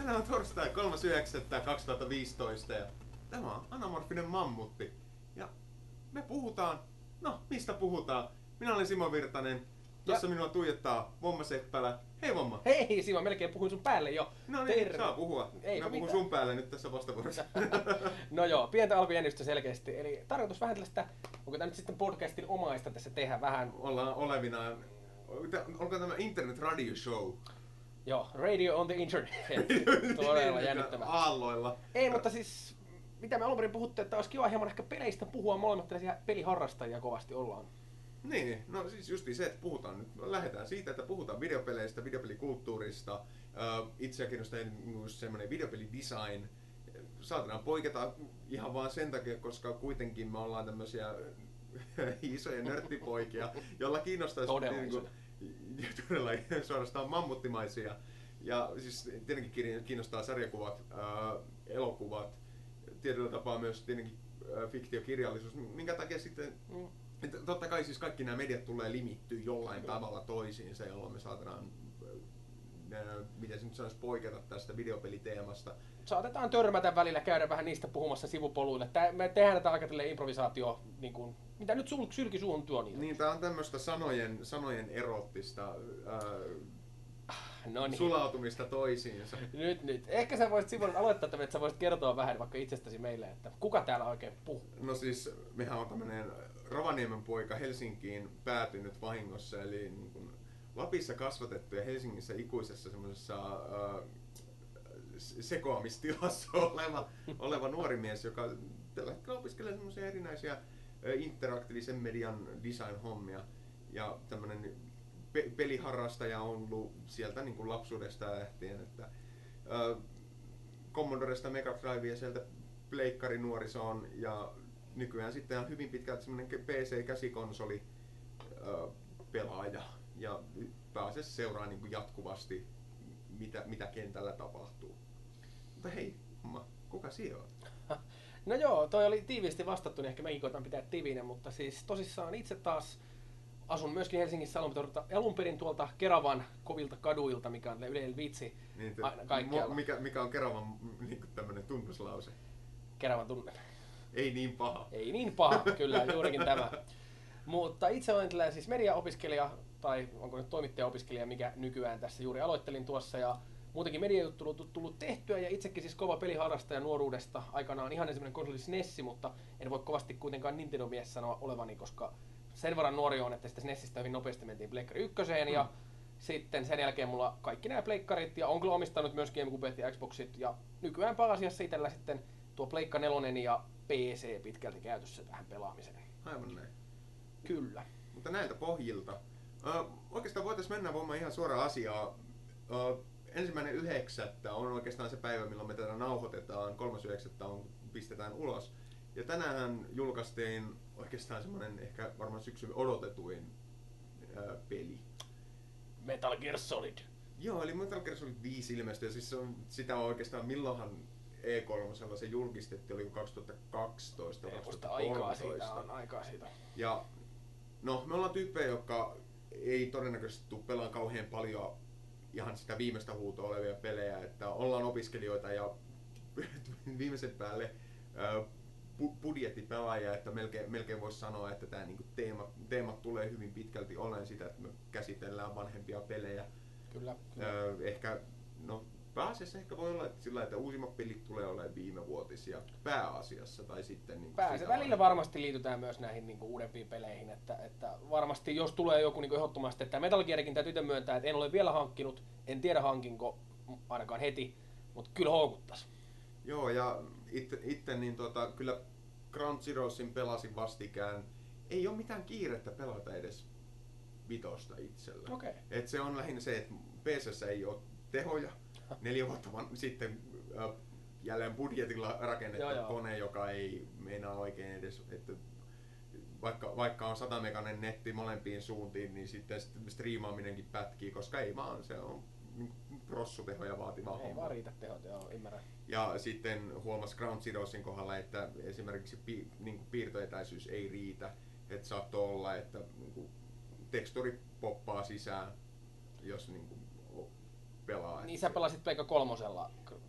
Tänään on torstai 3.9.2015 ja tämä on Anamorfinen mammutti. Ja me puhutaan, mistä puhutaan? Minä olen Simo Virtanen, tuossa minua tuijottaa Vomma Seppälä. Hei Vomma! Hei Simo, melkein puhuin sun päälle jo. No niin, saa puhua. Mä puhun sun päälle nyt tässä vastavuorossa. No joo, pientä alkujännitystä selkeästi. Eli tarkoitus vähän tällaista, onko tämä nyt sitten podcastin omaista tässä tehdä vähän? Ollaan olevinaan, onko tämä internet radio show? Joo, radio on the internet. Todella jännittävää. Aalloilla. Ei, mutta siis, mitä me alun perin puhuttiin, että olisi kiva hieman ehkä peleistä puhua, molemmat tällaisia peliharrastajia kovasti ollaan. Niin, no siis justi se, että puhutaan nyt, lähdetään siitä, että puhutaan videopeleistä, videopelikulttuurista, itseä kiinnostaa semmoinen videopelidesign. Saatetaan poiketa ihan vaan sen takia, koska kuitenkin me ollaan tämmöisiä isoja nörttipoikia, jolla kiinnostaisi todella suorastaan mammuttimaisia. Ja siis tietenkin kiinnostaa sarjakuvat, elokuvat, tietyllä tapaa myös tietenkin fiktiokirjallisuus, minkä takia sitten totta kai siis kaikki nämä mediat tulee limittyä jollain tavalla toisiinsa, jolloin me saadaan, miten se nyt sanoisi, poiketa tästä videopeliteemasta. Saatetaan törmätä välillä, käydä vähän niistä puhumassa sivupoluille. Me tehdään tätä aika improvisaatio, niin kuin, mitä nyt sylki suuhun tuo niitä. Niin, tää on tämmöistä sanojen erottista no niin. Sulautumista toisiinsa. Nyt. Ehkä sä voisit Simon aloittaa tämän, että sä voisit kertoa vähän vaikka itsestäsi meille, että kuka täällä oikein puhuu? No siis, mehän on tämmönen Rovaniemen poika Helsinkiin päätynyt vahingossa, eli niin kuin Lapissa kasvatettu ja Helsingissä ikuisessa semmoisessa sekoamistilassa oleva nuori mies, joka tällä hetkellä opiskelee semmoisia erinäisiä interaktiivisen median design-hommia. Ja tämmönen peliharrastaja on ollut sieltä niin kuin lapsuudesta lähtien, että Commodoresta Mega Drivea sieltä pleikkarinuorisoon ja nykyään sitten on hyvin pitkälti semmoinen PC-käsikonsoli pelaaja ja pääasiassa seuraa niin kuin jatkuvasti mitä kentällä tapahtuu. Mutta hei, kuka siellä on? No joo, toi oli tiiviisti vastattu, niin ehkä mekin koitan pitää tiiviinen, mutta siis tosissaan itse taas asun myöskin Helsingissä alun perin tuolta Keravan kovilta kaduilta, mikä on yleinen vitsi aina kaikkialla. Mikä on Keravan niin tämmöinen tunnuslause? Keravan tunne. Ei niin paha. Ei niin paha, kyllä, juurikin tämä. Mutta itse olen siis mediaopiskelija, tai onko nyt toimittajaopiskelija, mikä nykyään tässä juuri aloittelin tuossa. Ja muutenkin mediajuttu on tullut tehtyä, ja itsekin siis kova peliharrastaja nuoruudesta. Aikanaan ihan ensimmäinen konsoli SNES, mutta en voi kovasti kuitenkaan Nintendo-mies sanoa olevani, koska sen verran nuori on, että sitten SNESistä hyvin nopeasti mentiin Pleikkari 1:een, ja sitten sen jälkeen mulla kaikki nämä pleikkarit, ja on kyllä omistanut myös GameCubet ja Xboxit, ja nykyään pääasiassa itsellä sitten tuo Pleikka 4 ja PC pitkälti käytössä tähän pelaamiseen. Aivan näin. Kyllä. Mutta näiltä pohjilta. Oikeastaan voitaisiin mennä voimaan ihan suoraan asiaan. 1.9. on oikeastaan se päivä, milloin me tätä nauhoitetaan. 3.9. pistetään ulos. Ja tänään julkaistiin oikeastaan semmoinen ehkä varmaan syksyn odotetuin peli. Metal Gear Solid. Joo, eli Metal Gear Solid 5 ilmestyi. Ja siis sitä on oikeastaan milloinhan E3 se julkistettiin, oli 2012 aikaa siitä. Ja no, me ollaan tyyppejä, jotka ei todennäköisesti tule pelaamaan kauhean paljon ihan sitä viimeistä huutoa olevia pelejä, että ollaan opiskelijoita ja viimeisen päälle budjettipelaajia, että melkein voisi sanoa, että tämä niinku teemat tulee hyvin pitkälti olemaan sitä, että me käsitellään vanhempia pelejä. Kyllä. Ehkä, pääasiassa ehkä voi olla sillä, että uusimmat pelit tulee olemaan viimevuotisia pääasiassa tai sitten niin välillä varmasti liitytään myös näihin niin kuin uudempiin peleihin, että varmasti jos tulee joku niin kuin ehdottomasti, että Metal Gearikin täytyy myöntää, että en ole vielä hankkinut, en tiedä hankinko ainakaan heti, mutta kyllä houkuttas. Joo, ja itse niin kyllä Ground Zeroesin pelasin vastikään. Ei ole mitään kiirettä pelata edes vitosta itsellä. Okay. Et se on lähinnä se, että PC:ssä ei ole tehoja. 4 vuotta sitten jälleen budjetilla rakennettu kone, joka ei meinaa oikein edes, että vaikka on 100 meganen netti molempiin suuntiin, niin sitten striimaaminenkin pätkii, koska ei vaan, se on prossutehoja vaativaa homma. Ei vaan riitä tehot, joo, ymmärrän. Ja sitten huomasi Ground Zeroesin kohdalla, että esimerkiksi piirtoetäisyys ei riitä, että saattoi olla, että teksturi poppaa sisään, jos pelaa. Niin sä pelasit Pleikka 3:lla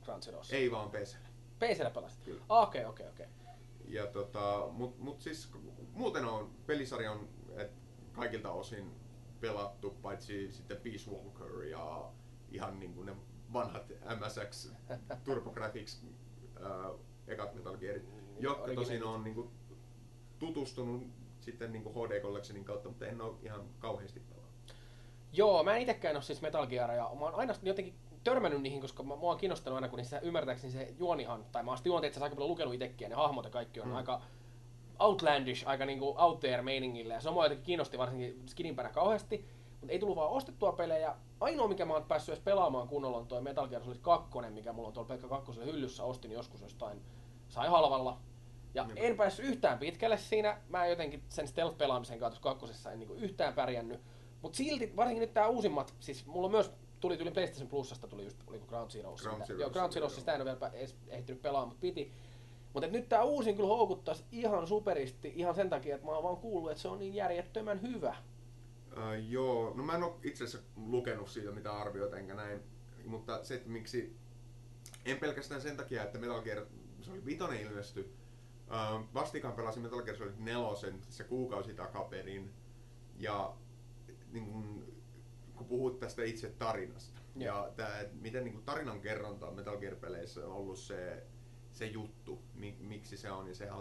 Ground Zeroessa? Ei vaan PC:llä. PC:llä pelasit? Kyllä. Okei. Ja mut siis muuten pelisarja on kaikilta osin pelattu, paitsi sitten Peace Walker ja ihan niinku ne vanhat MSX TurboGrafx ekat Metal Gearit, jotka tosin on niinku tutustunut sitten niinku HD Collectionin kautta, mutta en ole ihan kauheasti pelannut. Joo, mä en itekään ole siis Metal Gearia. Mä oon aina jotenkin törmännyt niihin, koska mua on kiinnostanut aina, kun niissä ymmärtääkseni se juonihan, tai mä oon juonteet aika paljon lukenut itekin, ja ne hahmot ja kaikki on aika outlandish, aika niinku out there meiningillä, ja se on mua jotenkin kiinnosti varsinkin skinimpänä kauheasti, mutta ei tullut vaan ostettua pelejä. Ainoa, mikä mä oon päässyt edes pelaamaan kunnolla, on toi Metal Gear Solid 2, mikä mulla on tuolla Pekka 2 hyllyssä, ostin joskus jostain, sain halvalla. Ja en päässyt yhtään pitkälle siinä, mä jotenkin sen stealth-pelaamisen kautta kakkosessa en niinku yhtään pärjännyt. Mutta silti, varsinkin nyt tää uusimmat, siis mulla myös tuli PlayStation Plusasta tuli just, oliko Ground Zeroes? Ground Zeroes, sitä en ole vielä ehtinyt pelaamaan, mutta piti. Mutta nyt tää uusin kyllä houkuttaisi ihan superisti, ihan sen takia, että mä oon vaan kuullut, että se on niin järjettömän hyvä. Joo, no mä en oo itse asiassa lukenut siitä mitään arvioita enkä näin, mutta se, että miksi, en pelkästään sen takia, että Metal Gear Solid 5 ilmestyi, vastikään pelasin Metal Gear Solid 4 se kuukausi takaperin, ja niin kun puhut tästä itse tarinasta, ja miten niin tarinan kerronta Metal Gear-peleissä on ollut se juttu, miksi se on, ja sehän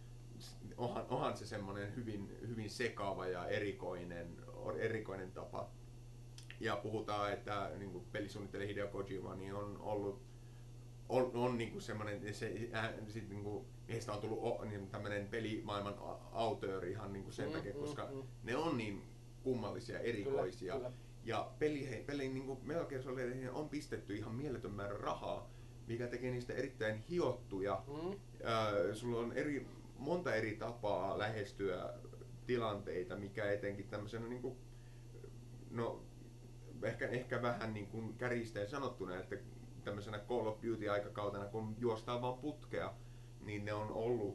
onhan se semmoinen hyvin sekaava ja erikoinen tapa. Ja puhutaan, että niin pelisuunnittelija Hideo Kojima niin on ollut niin kuin semmoinen, niin heistä on tullut niin tämmöinen pelimaailman autööri ihan niin kuin sen takia, koska ne on niin kummallisia, erikoisia. Kyllä. Ja peliin niin Metal Gear Solideihin on pistetty ihan mieletön määrä rahaa, mikä tekee niistä erittäin hiottuja. Sulla on monta eri tapaa lähestyä tilanteita, mikä etenkin tämmöisenä niin kuin, no ehkä vähän niin kuin kärjistäen sanottuna, että tämmöisenä Call of Duty-aikakautena, kun juostaan vaan putkea, niin ne on ollut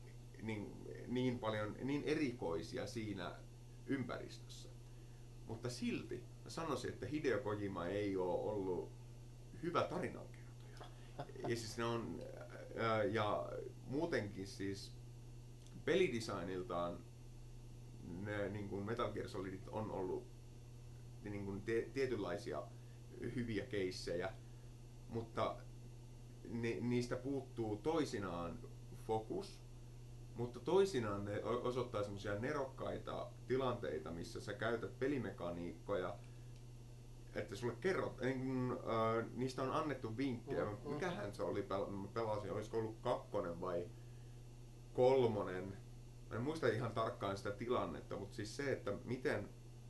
niin paljon, niin erikoisia siinä ympäristössä. Mutta silti mä sanoisin, että Hideo Kojima ei ole ollut hyvä tarinankertoja. Ja siis ne on, ja muutenkin siis pelidesigniltaan ne niin kuin Metal Gear Solidit on ollut niin kuin tietynlaisia hyviä keissejä, mutta niistä puuttuu toisinaan fokus, mutta toisinaan ne osoittaa semmoisia nerokkaita tilanteita, missä sä käytät pelimekaniikkoja, että sulle kerrot, niistä on annettu vinkkejä. Mikähän se oli, pelasin, olisiko ollut 2 vai 3? Mä en muista ihan tarkkaan sitä tilannetta, mutta siis se, että miten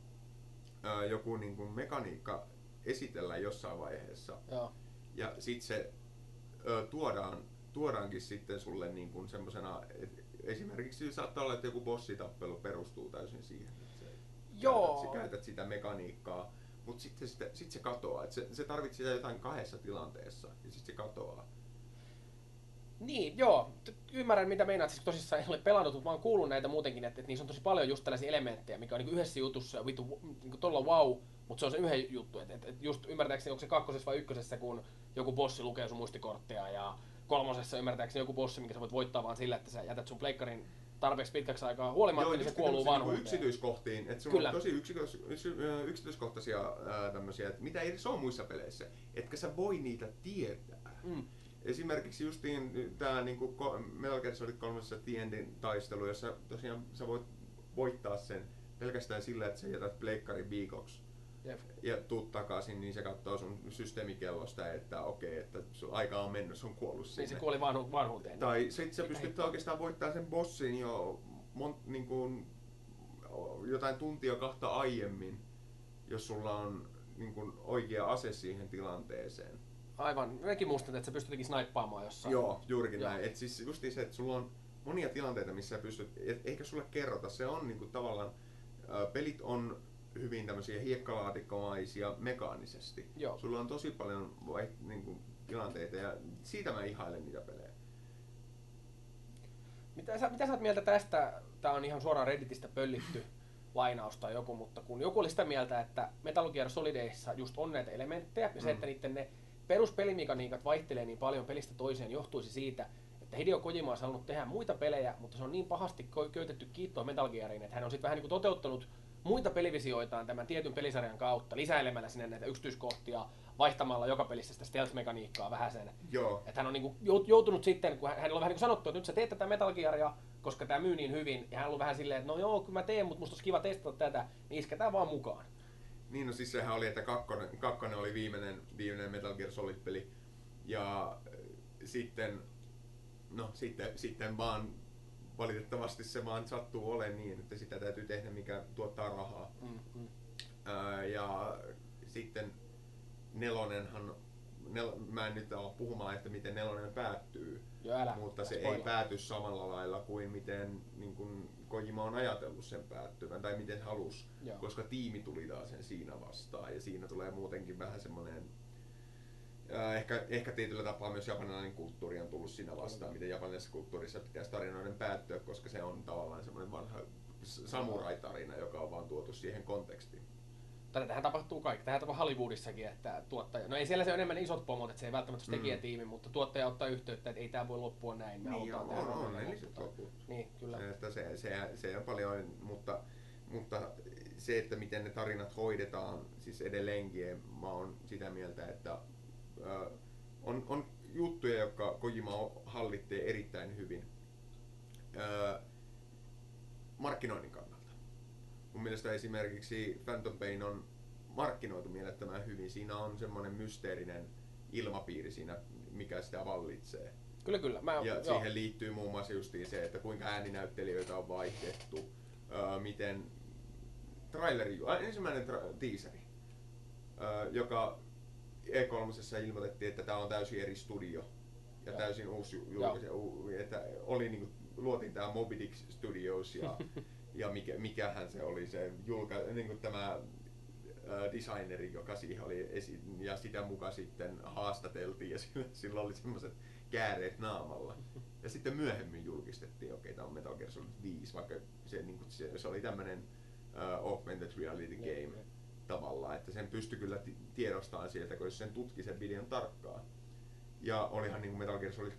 joku niin kuin mekaniikka esitellään jossain vaiheessa. Joo. Ja sit se tuodaankin sitten sulle niin kuin semmosena, esimerkiksi saattaa olla, että joku bossitappelu perustuu täysin siihen, että sä käytät sitä mekaniikkaa, mutta sitten se katoaa. Että se tarvitsee jotain 2 tilanteessa ja sitten se katoaa. Niin, joo. Ymmärrän mitä meinaat, siis tosissaan en ole pelannut, mutta mä oon kuullut näitä muutenkin, että niissä on tosi paljon just tällaisia elementtejä, mikä on niin yhdessä jutussa vittu niin todella wow, mutta se on se yhden juttu. Että just ymmärtääkseni, onko se 2. vai 1, kun joku bossi lukee sun muistikortteja, ja 3. ymmärtääkseni joku bossi, minkä sä voit voittaa vaan sillä, että sä jätät sun pleikkarin tarpeeksi pitkäksi aikaa huolimatta, niin se kuoluu vanhuuteen. Yksityiskohtiin, että sulla on tosi yksityiskohtaisia tämmöisiä, että mitä ei se ole muissa peleissä, etkä sä voi niitä tietää. Esimerkiksi justiin tää niinku Metal Gear Solid 3 The Endin taistelu, jossa tosiaan sä voit voittaa sen pelkästään sillä, että sä jätät pleikkarin viikoksi. Jep. Ja tuut takaisin, niin se katsoo sun systeemikellosta, että okei, että sun aika on mennyt, se on kuollut sinne. Niin se kuoli vanhuuteen. Tai sit sä pystyt oikeastaan voittamaan sen bossin jo niin kuin, jotain tuntia 2 aiemmin, jos sulla on niin kuin, oikea ase siihen tilanteeseen. Aivan. Mäkin muistan, että sä pystyt jotenkin snaippaamaan jossain. Joo, juurikin näin. Et siis justiin se, että sulla on monia tilanteita, missä sä pystyt, eikä sulle kerrota, se on niin kuin, tavallaan, pelit on hyvin tämmöisiä hiekkalaatikkomaisia mekaanisesti. Joo. Sulla on tosi paljon niin tilanteita ja siitä mä ihailen niitä pelejä. Mitä sä oot mieltä tästä? Tää on ihan suoraan Redditistä pöllitty lainaus tai joku, mutta kun joku oli sitä mieltä, että Metal Gear Solideissa just on näitä elementtejä ja se, että niiden ne peruspelimekaniikat vaihtelee niin paljon pelistä toiseen johtuisi siitä, että Hideo Kojima on halunnut tehdä muita pelejä, mutta se on niin pahasti köytetty kiittoon Metal Geariin, että hän on sitten vähän niin kuin toteuttanut muita pelivisioitaan tämän tietyn pelisarjan kautta, lisäilemällä sinne näitä yksityiskohtia, vaihtamalla joka pelissä sitä stealth-mekaniikkaa vähän sen. Joo. Että hän on niin kuin joutunut sitten, kun hänellä on vähän niin kuin sanottu, että nyt sä teet tätä Metal Gearia, koska tämä myy niin hyvin, ja hän on ollut vähän silleen, että no joo, kyllä mä teen, mutta musta olisi kiva testata tätä, niin isketään vaan mukaan. Niin, no siis sehän oli, että kakkonen oli viimeinen Metal Gear Solid-peli, ja sitten vaan valitettavasti se vaan sattuu olemaan niin, että sitä täytyy tehdä, mikä tuottaa rahaa. Ja sitten mä en nyt ala puhumaan, että miten nelonen päättyy, mutta se ei pääty samalla lailla kuin miten niin kuin Kojima on ajatellut sen päättyvän, tai miten halusi, koska tiimi tuli taas sen siinä vastaan, ja siinä tulee muutenkin vähän semmoinen ehkä tietyllä tapaa myös japanilainen kulttuuri on tullut siinä vastaan, miten japanilaisessa kulttuurissa pitäisi tarinoiden päättyä, koska se on tavallaan semmoinen vanha samurai-tarina, joka on vaan tuotu siihen kontekstiin. Tähän tapahtuu kaikki. Tähän tapahtuu Hollywoodissakin, että tuottaja, no ei siellä se ole enemmän isot pomot, että se ei välttämättä ole tekijätiimi, mutta tuottaja ottaa yhteyttä, että ei tämä voi loppua näin. Me niin on onnelliset loput. Niin, kyllä. Se on paljon, mutta se, että miten ne tarinat hoidetaan, siis edelleenkin mä oon sitä mieltä, että on juttuja, jotka Kojima hallitsee erittäin hyvin markkinoinnin kannalta. Mun mielestä esimerkiksi Phantom Pain on markkinoitu mielettömän hyvin. Siinä on semmoinen mysteerinen ilmapiiri siinä, mikä sitä vallitsee. Kyllä. Siihen liittyy muun muassa justiin se, että kuinka ääninäyttelijöitä on vaihdettu, miten ensimmäinen teaseri, joka E3:ssa ilmoitettiin, että tämä on täysin eri studio ja täysin uusi julkaisija, että oli niinku, luotiin tämä Moby Dick Studios ja mikähän se oli se niinku tämä designeri, joka siihen oli ja sitä mukaan sitten haastateltiin ja sillä oli semmoiset kääreet naamalla. Ja sitten myöhemmin julkistettiin, okei, tämä on Metal Gear Solid 5, vaikka se oli tämmöinen augmented reality game tavallaan, että sen pystyi kyllä tiedostamaan sieltä, kun sen tutki sen videon tarkkaan. Ja olihan niin kuin Metal Gear Solid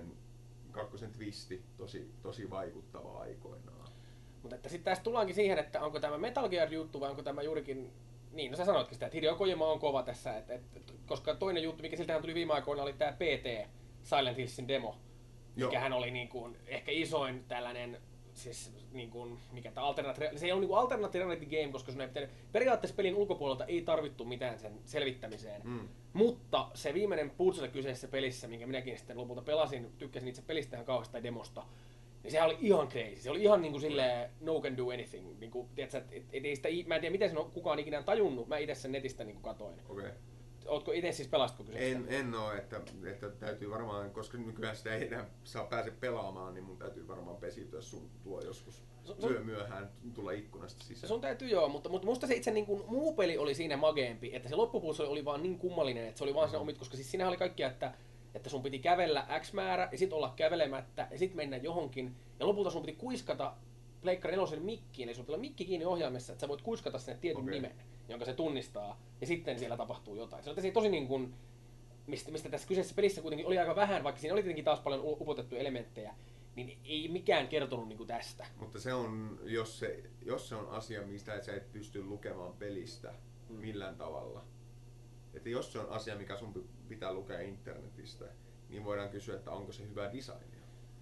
2 twisti tosi vaikuttava aikoinaan. Mutta että sitten tässä tullaankin siihen, että onko tämä Metal Gear juttu vai onko tämä juurikin, niin no sä sanoitkin sitä, että Hideo Kojima on kova tässä, koska toinen juttu, mikä siltähän tuli viime aikoina, oli tämä PT, Silent Hillsin demo, mikä hän oli niin kuin ehkä isoin tällainen, siis niin kuin, mikä tämä se ei ole niin kuin alternative game, koska sun ei pitänyt, periaatteessa pelin ulkopuolelta ei tarvittu mitään sen selvittämiseen, mutta se viimeinen puzzle kyseisessä pelissä, minkä minäkin sitten lopulta pelasin, tykkäsin itse pelistä ihan kauheasta demosta, niin sehän oli ihan crazy. Se oli ihan niinku silleen no can do anything. Niinku, tiiätkö, mä en tiedä miten sen on kukaan ikinä tajunnut. Mä itse sen netistä niinku katoin. Okay. Ootko itse siis pelastiko kyseistä? En oo, että täytyy varmaan, koska nykyään sitä ei enää pääse pelaamaan, niin mun täytyy varmaan pesiytyä sun tuo joskus myöhään tulla ikkunasta sisään. Sun täytyy joo, mutta musta se itse niinku, muu peli oli siinä mageempi, että se loppupuoli oli vaan niin kummallinen, että se oli vaan siinä omit, koska siis siinä oli kaikkia, että sun piti kävellä X määrä ja sit olla kävelemättä ja sit mennä johonkin ja lopulta sun piti kuiskata Pleikkari 4 mikkiin, eli sun pitää olla mikki kiinni ohjaimessa, että sä voit kuiskata sinne tietyn nimen, jonka se tunnistaa ja sitten siellä tapahtuu jotain. Se on tosi niin kuin, mistä tässä kyseisessä pelissä kuitenkin oli aika vähän, vaikka siinä oli tietenkin taas paljon upotettuja elementtejä, niin ei mikään kertonut niin kuin tästä. Mutta se on, jos se on asia, mistä sä et pysty lukemaan pelistä millään tavalla, että jos se on asia, mikä sun pitää lukea internetistä, niin voidaan kysyä, että onko se hyvää designia.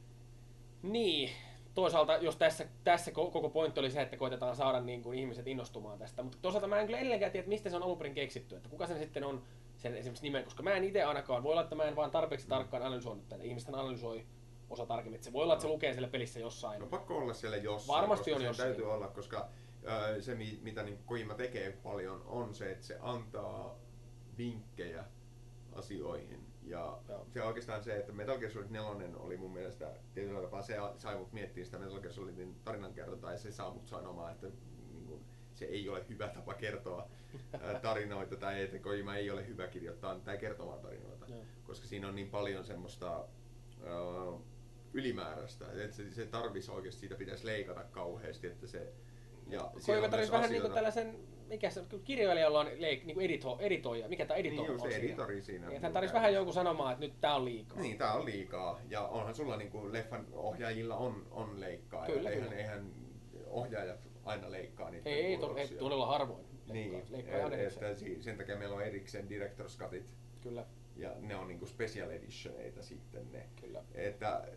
Niin, toisaalta jos tässä koko pointti oli se, että koitetaan saada niin kuin ihmiset innostumaan tästä, mutta toisaalta mä en kyllä edelleenkään tiedä, että mistä se on alun perin keksitty, että kuka sen sitten on sen esimerkiksi nimen, koska mä en itse ainakaan, voi olla, että mä en vaan tarpeeksi tarkkaan analysoinut tätä, ihmiset analysoi osa tarkemmin, että se voi olla, että se lukee siellä pelissä jossain. No pakko olla siellä jossain, varmasti on jossain. Täytyy olla, koska se mitä niin Kojima tekee paljon on se, että se antaa vinkkejä asioihin. Ja se on oikeastaan se, että Metal Gear Solid 4 oli mun mielestä tietyllä tapaa se sai mut miettiä sitä Metal Gear Solidin tarinankerrontaa ja se saa mut sanomaan, että niin kuin, se ei ole hyvä tapa kertoa tarinoita tai että Kojima ei ole hyvä kirjoittaa tai kertomaan tarinoita, koska siinä on niin paljon semmoista ylimääräistä, että se tarvitsisi oikeasti, siitä pitäisi leikata kauheasti, että se Ja Koiva tarvitsisi vähän niinku tällaisen, mikä se kirjailijalla on niinku editoija, mikä tää editor niin, on se siinä. editori siinä. Hän tarvitsisi vähän jonkun sanomaan, että nyt tää on liikaa. Niin, tää on liikaa. Ja onhan sulla niinku leffan ohjaajilla on leikkaa. Kyllä, eihän ohjaajat aina leikkaa niitä ei todella harvoin. Niin, sen takia meillä on erikseen director's cutit. Kyllä. Ja ne on niinku special editioneita sitten ne. Kyllä. Että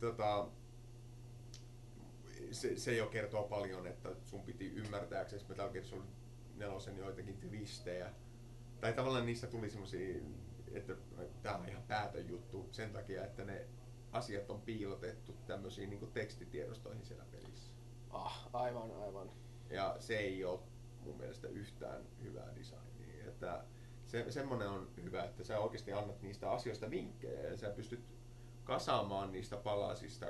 se jo kertoo paljon, että sun piti ymmärtääksesi Metal Gear Solid 4 joitakin twistejä. Tai tavallaan niissä tuli semmosia, että tää on ihan päätön juttu sen takia, että ne asiat on piilotettu tämmöisiin niinku tekstitiedostoihin siellä pelissä. Aivan. Ja se ei ole mun mielestä yhtään hyvää designia. Että semmonen on hyvä, että sä oikeasti annat niistä asioista vinkkejä ja sä pystyt kasaamaan niistä palasista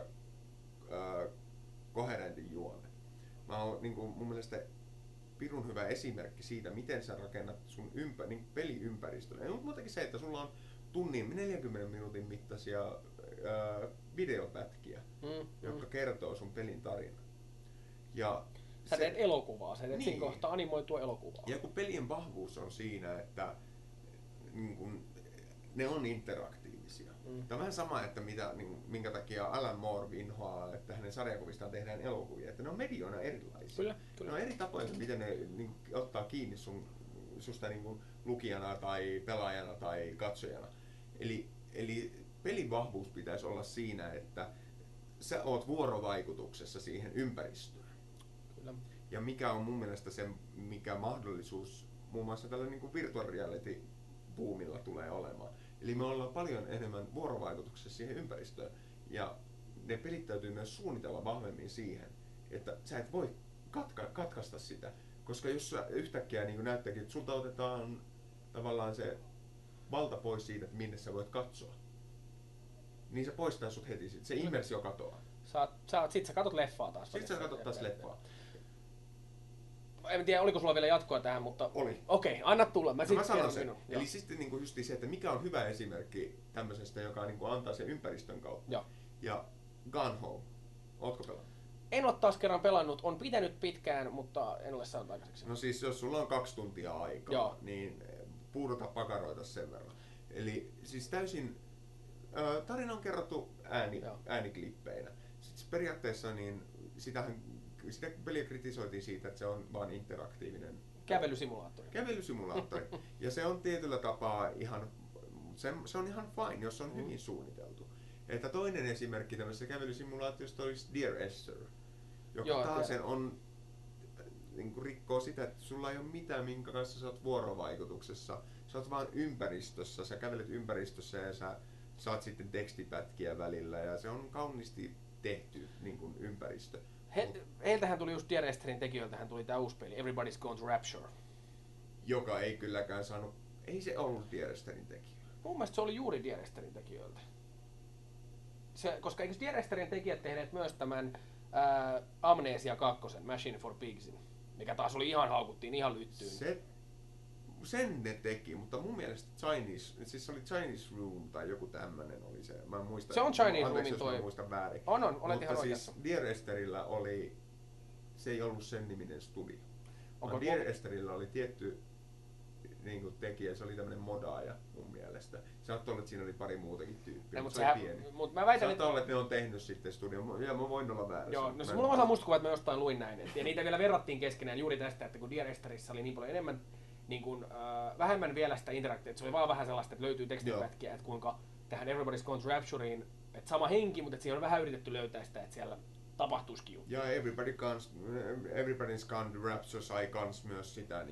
koherentin juonen. Mun mielestä pirun hyvä esimerkki siitä, miten sä rakennat sun peliympäristön. Ei muutenkin se, että sulla on tunnin 40 minuutin mittaisia videopätkiä, jotka kertoo sun pelin tarinan. Ja sä teet elokuvaa, sä teet siinä kohtaa animoitua elokuvaa. Ja kun pelien vahvuus on siinä, että ne on interaktiivisia. Tämä on vähän sama, että minkä takia Alan Moore vinhoaa, että hänen sarjakuvistaan tehdään elokuvia. Että ne on medioina erilaisia. Kyllä. Ne on eri tapoja, miten ne ottaa kiinni susta lukijana tai pelaajana tai katsojana. Eli pelin vahvuus pitäisi olla siinä, että sä oot vuorovaikutuksessa siihen ympäristöön. Kyllä. Ja mikä on mun mielestä se, mikä mahdollisuus muun muassa tällä virtual reality boomilla tulee olemaan. Eli me ollaan paljon enemmän vuorovaikutuksessa siihen ympäristöön. Ja ne pelit täytyy myös suunnitella vahvemmin siihen, että sä et voi katkaista sitä. Koska jos sä yhtäkkiä näyttääkin, että sulta otetaan tavallaan se valta pois siitä, että minne sä voit katsoa, niin se poistaa sut heti. Se immersio katoaa. Sit sä katot leffaa taas. Sitten sä katot taas leffaa. En tiedä, oliko sulla vielä jatkoa tähän, mutta oli. Okei, anna tulla. Mä sanon sen. Eli sitten justi se, että mikä on hyvä esimerkki tämmöisestä, joka antaa sen ympäristön kautta. Joo. Ja Gone Home. Ootko pelannut? En ole taas kerran pelannut. On pitänyt pitkään, mutta en ole saanut aikaiseksi. No siis jos sulla on 2 tuntia aikaa, niin puudota pakaroita sen verran. Eli siis täysin tarina on kerrottu ääniklippeinä. Sitten periaatteessa sitä peliä kritisoitiin siitä, että se on vain interaktiivinen kävelysimulaattori. Ja se on tietyllä tapaa se on ihan fine, jos se on hyvin suunniteltu. Että toinen esimerkki tämmöisestä kävelysimulaatiosta olisi Dear Esther, joka taas rikkoo sitä, että sulla ei ole mitään, minkä kanssa sä oot vuorovaikutuksessa. Sä oot vaan ympäristössä, sä kävelet ympäristössä ja sä saat sitten tekstipätkiä välillä ja se on kauniisti tehty ympäristö. Heiltähän tuli just Dear Esterin tekijöiltähän tuli tää uusi peli, Everybody's Gone to Rapture. Joka ei kylläkään saanut, ei se ollut Dear Esterin tekijöiltä. Mun mielestä se oli juuri Dear Esterin tekijöiltä. Koska eikö Dear Esterin tekijät tehneet myös tämän Amnesia 2, Machine for Pigsin, mikä taas oli haukuttiin ihan lyttyyn. Sen ne teki, mutta mun mielestä se oli Chinese Room tai joku tämmönen oli se. Mä en muista. Se on Chinese Roomin toi. Mä muistan väärin. Olet ihan oikeassa. Mutta siis Dear Esterillä se ei ollut sen niminen studio. Dear Esterillä oli tietty tekijä, se oli tämmönen modaaja mun mielestä. Saattoi olla, että siinä oli pari muutakin tyyppiä, mutta se oli pieni. Saattoi olla, että ne on tehnyt sitten studion, ja mä voin olla väärässä. Joo, no mulla on osa muistikuvaa, että mä jostain luin näin. Ja niitä vielä verrattiin keskenään juuri tästä, että kun Dear Esterissä oli niin paljon enemmän vähemmän vielä sitä interaktiota, se oli vaan vähän sellaista, että löytyy tekstipätkiä, että kuinka tähän Everybody's Gone to Raptureen, että sama henki, mutta että siihen on vähän yritetty löytää sitä, että siellä tapahtuisikin juttu. Ja Everybody's Gone to Rapture sai kans myös sitä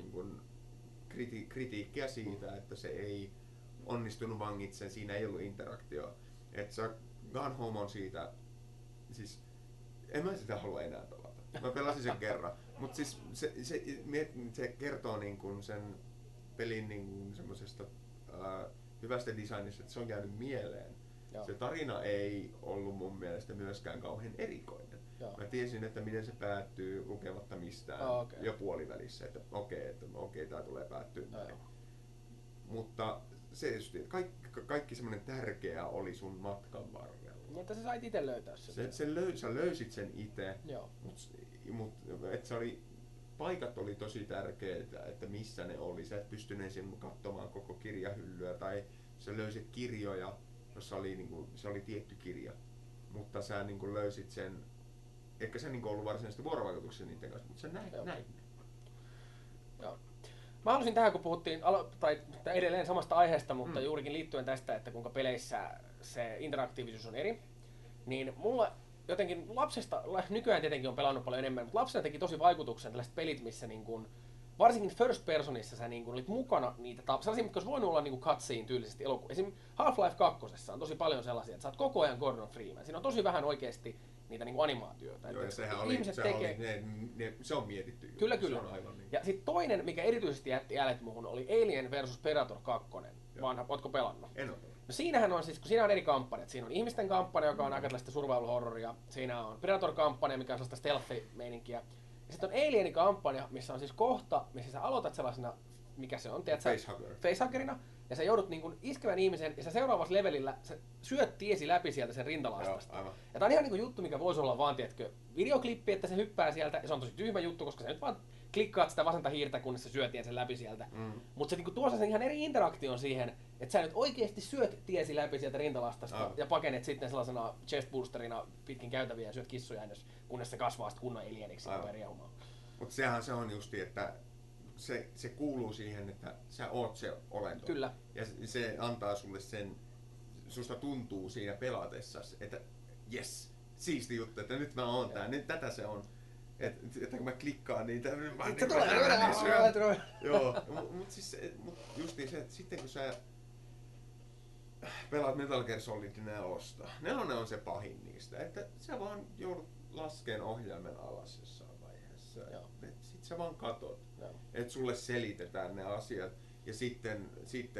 kritiikkiä siitä, että se ei onnistunut vangitsen, siinä ei ollut interaktioa. Että Gone Home on siitä, siis en mä sitä halua enää pelata. Mä pelasin sen kerran. Mutta siis se kertoo sen pelin semmosesta hyvästä designista, että se on käynyt mieleen. Joo. Se tarina ei ollut mun mielestä myöskään kauhean erikoinen. Joo. Mä tiesin, että miten se päättyy lukematta mistään jo puolivälissä, että okei, tää tulee päättyä näin. Mutta se just, kaikki semmoinen tärkeä oli sun matkan varrella. Mutta sä sait itse löytää sen. Sä löysit sen itse, mutta se oli paikat oli tosi tärkeitä, että missä ne oli. Sä et pystynyt ensin katsomaan koko kirjahyllyä tai sä löysit kirjoja, jossa oli, niinku, se oli tietty kirja, mutta sä niinku löysit sen, eikä sä niinku ollut varsinaisesti vuorovaikutuksia niiden kanssa, mutta sä näit. Joo. Mä halusin tähän, kun puhuttiin tai edelleen samasta aiheesta, mutta juurikin liittyen tästä, että kuinka peleissä se interaktiivisuus on eri, niin mulla jotenkin lapsesta, nykyään tietenkin on pelannut paljon enemmän, mutta lapsena teki tosi vaikutuksen tällaiset pelit, missä niin kun, varsinkin first personissa sä niin kun olit mukana niitä sellaisia, mitkä olisi voinut olla niin cutscene tyylisesti elokuvia. Esimerkiksi Half-Life 2 on tosi paljon sellaisia, että sä oot koko ajan Gordon Freeman. Siinä on tosi vähän oikeasti niitä niin animaatioita. Joo, ja se on mietitty. Kyllä. Se on aivan niin. Ja sitten toinen, mikä erityisesti jätti jäljet muuhun, oli Alien vs Predator 2. Ootko pelannut? En ole. No siinähän on siis, kun siinä on eri kampanjat. Siinä on ihmisten kampanja, joka on aika tällaista survival-horroria. Siinä on Predator-kampanja, mikä on sellaista stealth-meininkiä. Ja sitten on Alien-kampanja, missä on siis kohta, missä sä aloitat sellaisena, mikä se on, tiedätkö? Facehuggerina. Ja sä joudut niin kuin iskevän ihmisen, ja sä seuraavassa levelillä sä syöt tiesi läpi sieltä sen rintalastasta. Ja tää on ihan niin kuin juttu, mikä voisi olla vaan, tiedätkö, videoklippi, että se hyppää sieltä, ja se on tosi tyhmä juttu, koska sä nyt vaan klikkaat sitä vasenta hiirtä, kunnes sä syöt sen läpi sieltä. Mutta se niin kuin tuo sen ihan eri interaktion siihen, että sä nyt oikeasti syöt tiesi läpi sieltä rintalastasta, ja pakenet sitten sellaisena chest boosterina pitkin käytäviä ja syöt kissoja, kunnes se kasvaa sitten kunnon alieniksi ja riehumaan. Mutta sehän se on justi, että se kuuluu siihen, että sä oot se olento. Kyllä. Ja se antaa sulle sen, susta tuntuu siinä pelatessasi, että jes, siisti juttu, että nyt mä oon tää, nyt tätä se on. Että kun mä klikkaan niitä, joo, mutta siis justiin se, että sitten kun sä pelaat Metal Gear Solid 4, on se pahin niistä, että sä vaan joudut laskeen ohjaimen alas jossain vaiheessa. Sit sä vaan katot, että sulle selitetään ne asiat ja sitten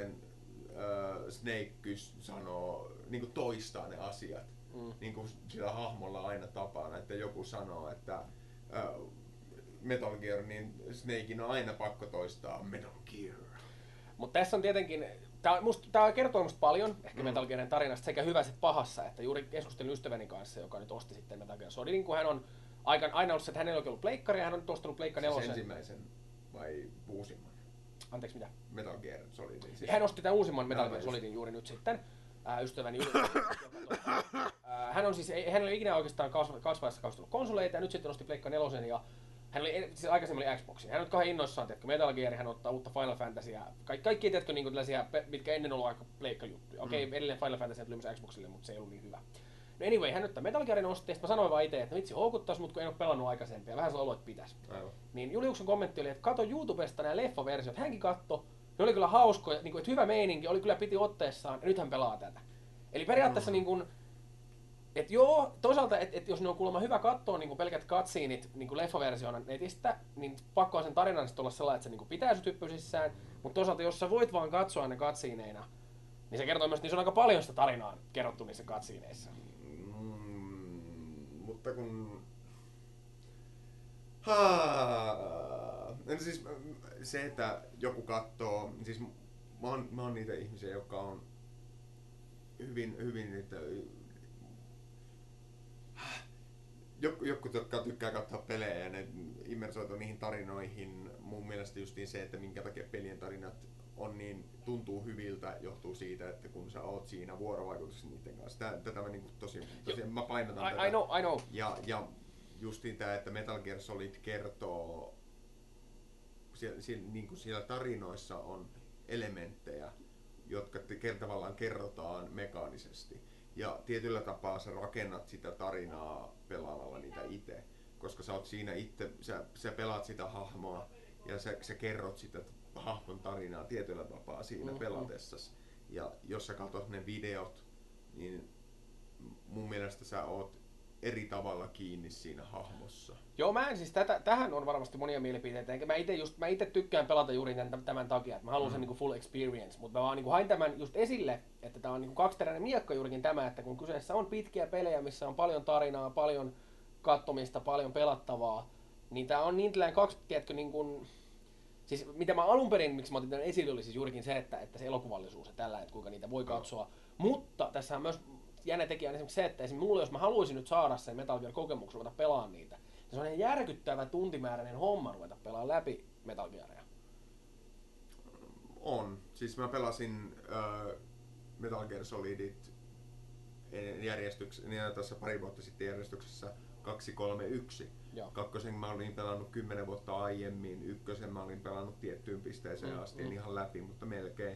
Snake sanoo, niinku toistaa ne asiat. Niin kuin sillä hahmolla aina tapana, että joku sanoo, että Metal Gear, niin Snakein on aina pakko toistaa Metal Gear. Mutta tässä on tietenkin, tää kertoo musta paljon ehkä Metal Gearin tarinasta sekä hyvässä että pahassa, että juuri keskustelin ystäväni kanssa, joka nyt osti sitten Metal Gear Solidin, kun hän on aina ollut se, että hänellä ei ollut pleikkari ja hän on nyt ostanut Pleikka 4. Siis ensimmäisen vai uusimman? Anteeksi, mitä? Metal Gear Solidin. Siis. Hän osti tämän uusimman Metal Gear Solidin juuri nyt sitten. Ystäväni hän on siis, hän oli ikinä oikeastaan kasvaessa kaustellut konsoleita ja nyt sitten osti Pleikka 4 ja hän oli, siis aikaisemmin oli Xboxin. Hän on kahden innoissaan, tiedätkö, Metal Gear, hän ottaa uutta Final Fantasyä. Kaikki tiedätkö, niin tällaisia, mitkä ennen ollut aika Pleikka-juttuja. Okei, edelleen Final Fantasy tuli myös Xboxille, mutta se ei ollut niin hyvä. No anyway, hän nyt tämän Metal Gearin osti, ja mä sanoin vaan itse, että vitsi houkuttais, mutta kun en ole pelannut aikaisempia. Vähän sellainen olo, että pitäisi. Niin Juliuksen kommentti oli, että kato YouTubesta nämä leffaversiot. Hänkin katsoi, ne oli kyllä hauskoja, niin kuin, että hyvä meininki, oli kyllä piti otteessaan, ja nyt hän pelaa tätä. Eli periaatteessa niin kuin, että joo, toisaalta, että jos ne on kuulemma hyvä katsoa niin pelkät cutsceneit niin leffaversiona netistä, niin pakko sen tarinan sitten olla sellainen, että se niin pitää sut hyppysissään, mutta toisaalta jos sä voit vaan katsoa ne cutsceneina, niin se kertoo myös, että niissä on aika paljon sitä tarinaa kerrottu niissä cutsceneissa. Mutta kun... Siis se, että joku katsoo, siis mä oon niitä ihmisiä, jotka on hyvin niitä... Jotkut, jotka tykkää katsoa pelejä ja ne immersoituu niihin tarinoihin. Mun mielestä justiin se, että minkä takia pelien tarinat on niin, tuntuu hyviltä, johtuu siitä, että kun sä oot siinä vuorovaikutuksessa niiden kanssa. Tätä mä niinku tosi mä painotan tätä. I know. Ja justiin tää, että Metal Gear Solid kertoo, niin kuin siellä tarinoissa on elementtejä, jotka tavallaan kerrotaan mekaanisesti. Ja tietyllä tapaa sä rakennat sitä tarinaa pelaamalla niitä itse, koska sä oot siinä itse, sä pelaat sitä hahmoa ja sä kerrot sitä hahmon tarinaa tietyllä tapaa siinä pelatessasi. Ja jos sä katsot ne videot, niin mun mielestä sä oot eri tavalla kiinni siinä hahmossa. Joo, mä en siis tähän on varmasti monia mielipiteitä, enkä mä itse tykkään pelata juuri tämän takia, että mä haluan sen niin kuin full experience, mutta mä vaan niin kuin hain tämän just esille, että tää on niin kuin kaksiteräinen miekka juurikin tämä, että kun kyseessä on pitkiä pelejä, missä on paljon tarinaa, paljon katsomista, paljon pelattavaa, niin tää on niin tällainen kaksi, tiedätkö, niin kuin, siis mitä mä alun perin, miksi mä otin tämän esille, oli siis juurikin se, että se elokuvallisuus ja tällä, että kuinka niitä voi katsoa, mutta tässä on myös jännä tekijä on esimerkiksi se, että esimerkiksi mulle, jos mä haluaisin nyt saada sen Metal Gear -kokemuksen, ruveta pelaamaan niitä, Se on järkyttävä tuntimääräinen homma ruveta pelaamaan läpi Metal Gearia. On. Siis mä pelasin Metal Gear Solidit tässä pari vuotta sitten järjestyksessä 2, 3, 1. Joo. Kakkosen mä olin pelannut 10 vuotta aiemmin, ykkösen mä olin pelannut tiettyyn pisteeseen asti, en ihan läpi, mutta melkein.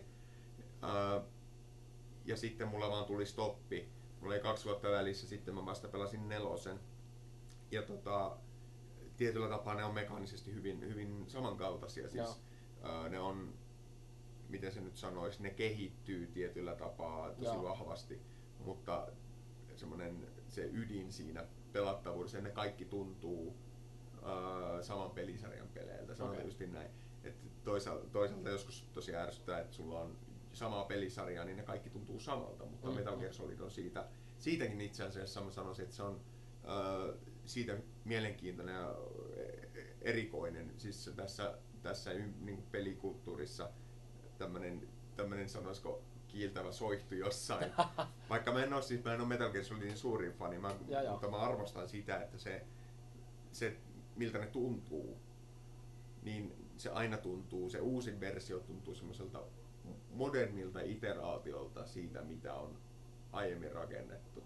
Ja sitten mulla vaan tuli stoppi. Mulla oli 2 vuotta välissä, sitten mä vasta pelasin 4. Ja tietyllä tapaa ne on mekaanisesti hyvin samankaltaisia. Siis, ne on, miten se nyt sanoisi, ne kehittyy tietyllä tapaa tosi vahvasti, mutta se ydin siinä pelattavuudessa, ne kaikki tuntuu saman pelisarjan peleiltä. Sanotaan just näin. Että toisaalta joskus tosi ärsyttää, että sulla on sama pelisarja, niin ne kaikki tuntuu samalta, mutta Metal Gear Solid on siitäkin itse asiassa mä sanoisin, että se on siitä mielenkiintoinen ja erikoinen. Siis tässä niin pelikulttuurissa tämmönen sanoisiko kiiltävä soihtu jossain. Vaikka mä en ole Metal Gear Solidin suurin fani, mutta mä arvostan sitä, että se miltä ne tuntuu, niin se aina tuntuu, se uusin versio tuntuu semmoiselta modernilta iteraatiolta siitä, mitä on aiemmin rakennettu.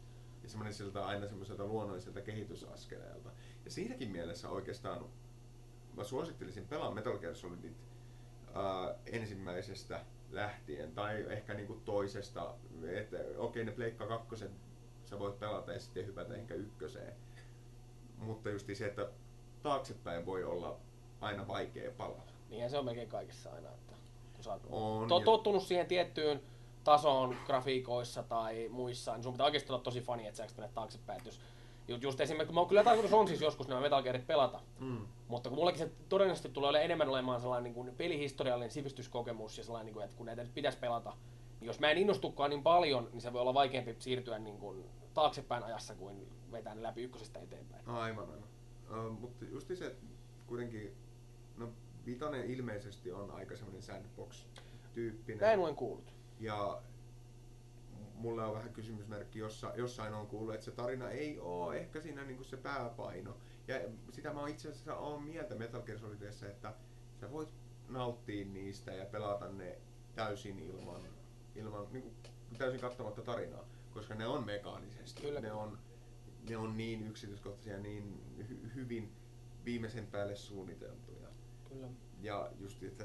Ja aina semmoiselta luonnolliselta kehitysaskeleelta. Ja siinäkin mielessä oikeastaan mä suosittelisin pelaa Metal Gear Solidit ensimmäisestä lähtien, tai ehkä niinku toisesta, että ne Pleikka 2 sä voit pelata ja sitten hypätä ehkä 1. Mutta just se, että taaksepäin voi olla aina vaikea palata. Niinhän se on melkein kaikissa aina, että kun sä oot tottunut siihen tiettyyn tasoon grafiikoissa tai muissa, niin sun pitää oikeasti olla tosi fani, että sä mennä taaksepäin. Just esimerkiksi, kyllä tarkoitus on siis joskus nämä Metal Gearit pelata, mutta kun mullakin se todennäköisesti tulee enemmän olemaan sellainen niin kuin pelihistoriallinen sivistyskokemus ja sellainen, niin kuin, että kun näitä nyt pitäisi pelata, niin jos mä en innostukaan niin paljon, niin se voi olla vaikeampi siirtyä niin kuin taaksepäin ajassa kuin vetää ne läpi 1 eteenpäin. Aivan. Mutta just se kuitenkin, no 5 ilmeisesti on aika semmoinen sandbox-tyyppinen. Näin olen kuullut. Ja mulle on vähän kysymysmerkki, jossain on kuullut, että se tarina ei ole ehkä siinä niinku se pääpaino. Ja sitä mä itse asiassa oon mieltä Metal Gear Solidissa, että sä voit nauttia niistä ja pelata ne täysin ilman niinku, täysin kattamatta tarinaa, koska ne on mekaanisesti. Kyllä. Ne on niin yksityiskohtaisia, niin hyvin viimeisen päälle suunniteltuja. Kyllä. Ja just, että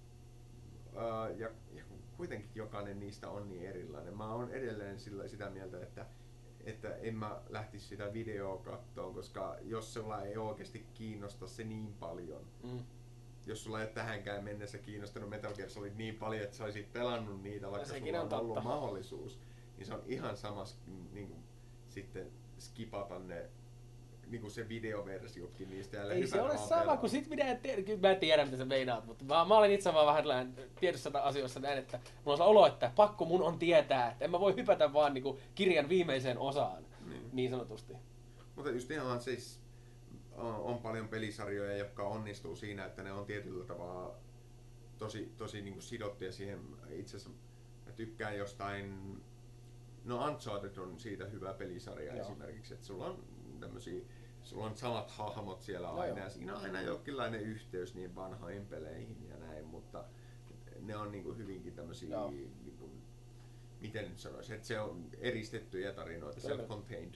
ja kuitenkin jokainen niistä on niin erilainen. Mä oon edelleen sitä mieltä, että en mä lähtisi sitä videoa kattoon, koska jos sulla ei oikeasti kiinnosta se niin paljon, jos sulla ei ole tähänkään mennessä kiinnostanut Metal Gear Solid niin paljon, että sä olisit pelannut niitä, vaikka sulla on ollut mahdollisuus, niin se on ihan sama niin kuin, sitten skipata ne niin kuin se videoversiokin niistä ja ei se ole sama, kun sit minä en tiedä mitä sä meinaat, mutta mä olen itse vaan vähän tiedossa asioissa näin, että mulla on se olo, että pakko mun on tietää, että en mä voi hypätä vaan niin kuin kirjan viimeiseen osaan, niin sanotusti. Mutta just ihan siis on paljon pelisarjoja, jotka onnistuu siinä, että ne on tietyllä tavalla tosi niin kuin sidottuja siihen. Itse asiassa mä tykkään jostain, no Uncharted on siitä hyvä pelisarja esimerkiksi, että sulla on samat hahmot siellä aina ja siinä on aina jonkinlainen yhteys niin vanhoihin peleihin ja näin, mutta ne on niinku hyvinkin tämmösiä, niinku, miten nyt sanoisin, että se on eristettyjä tarinoita, self-contained.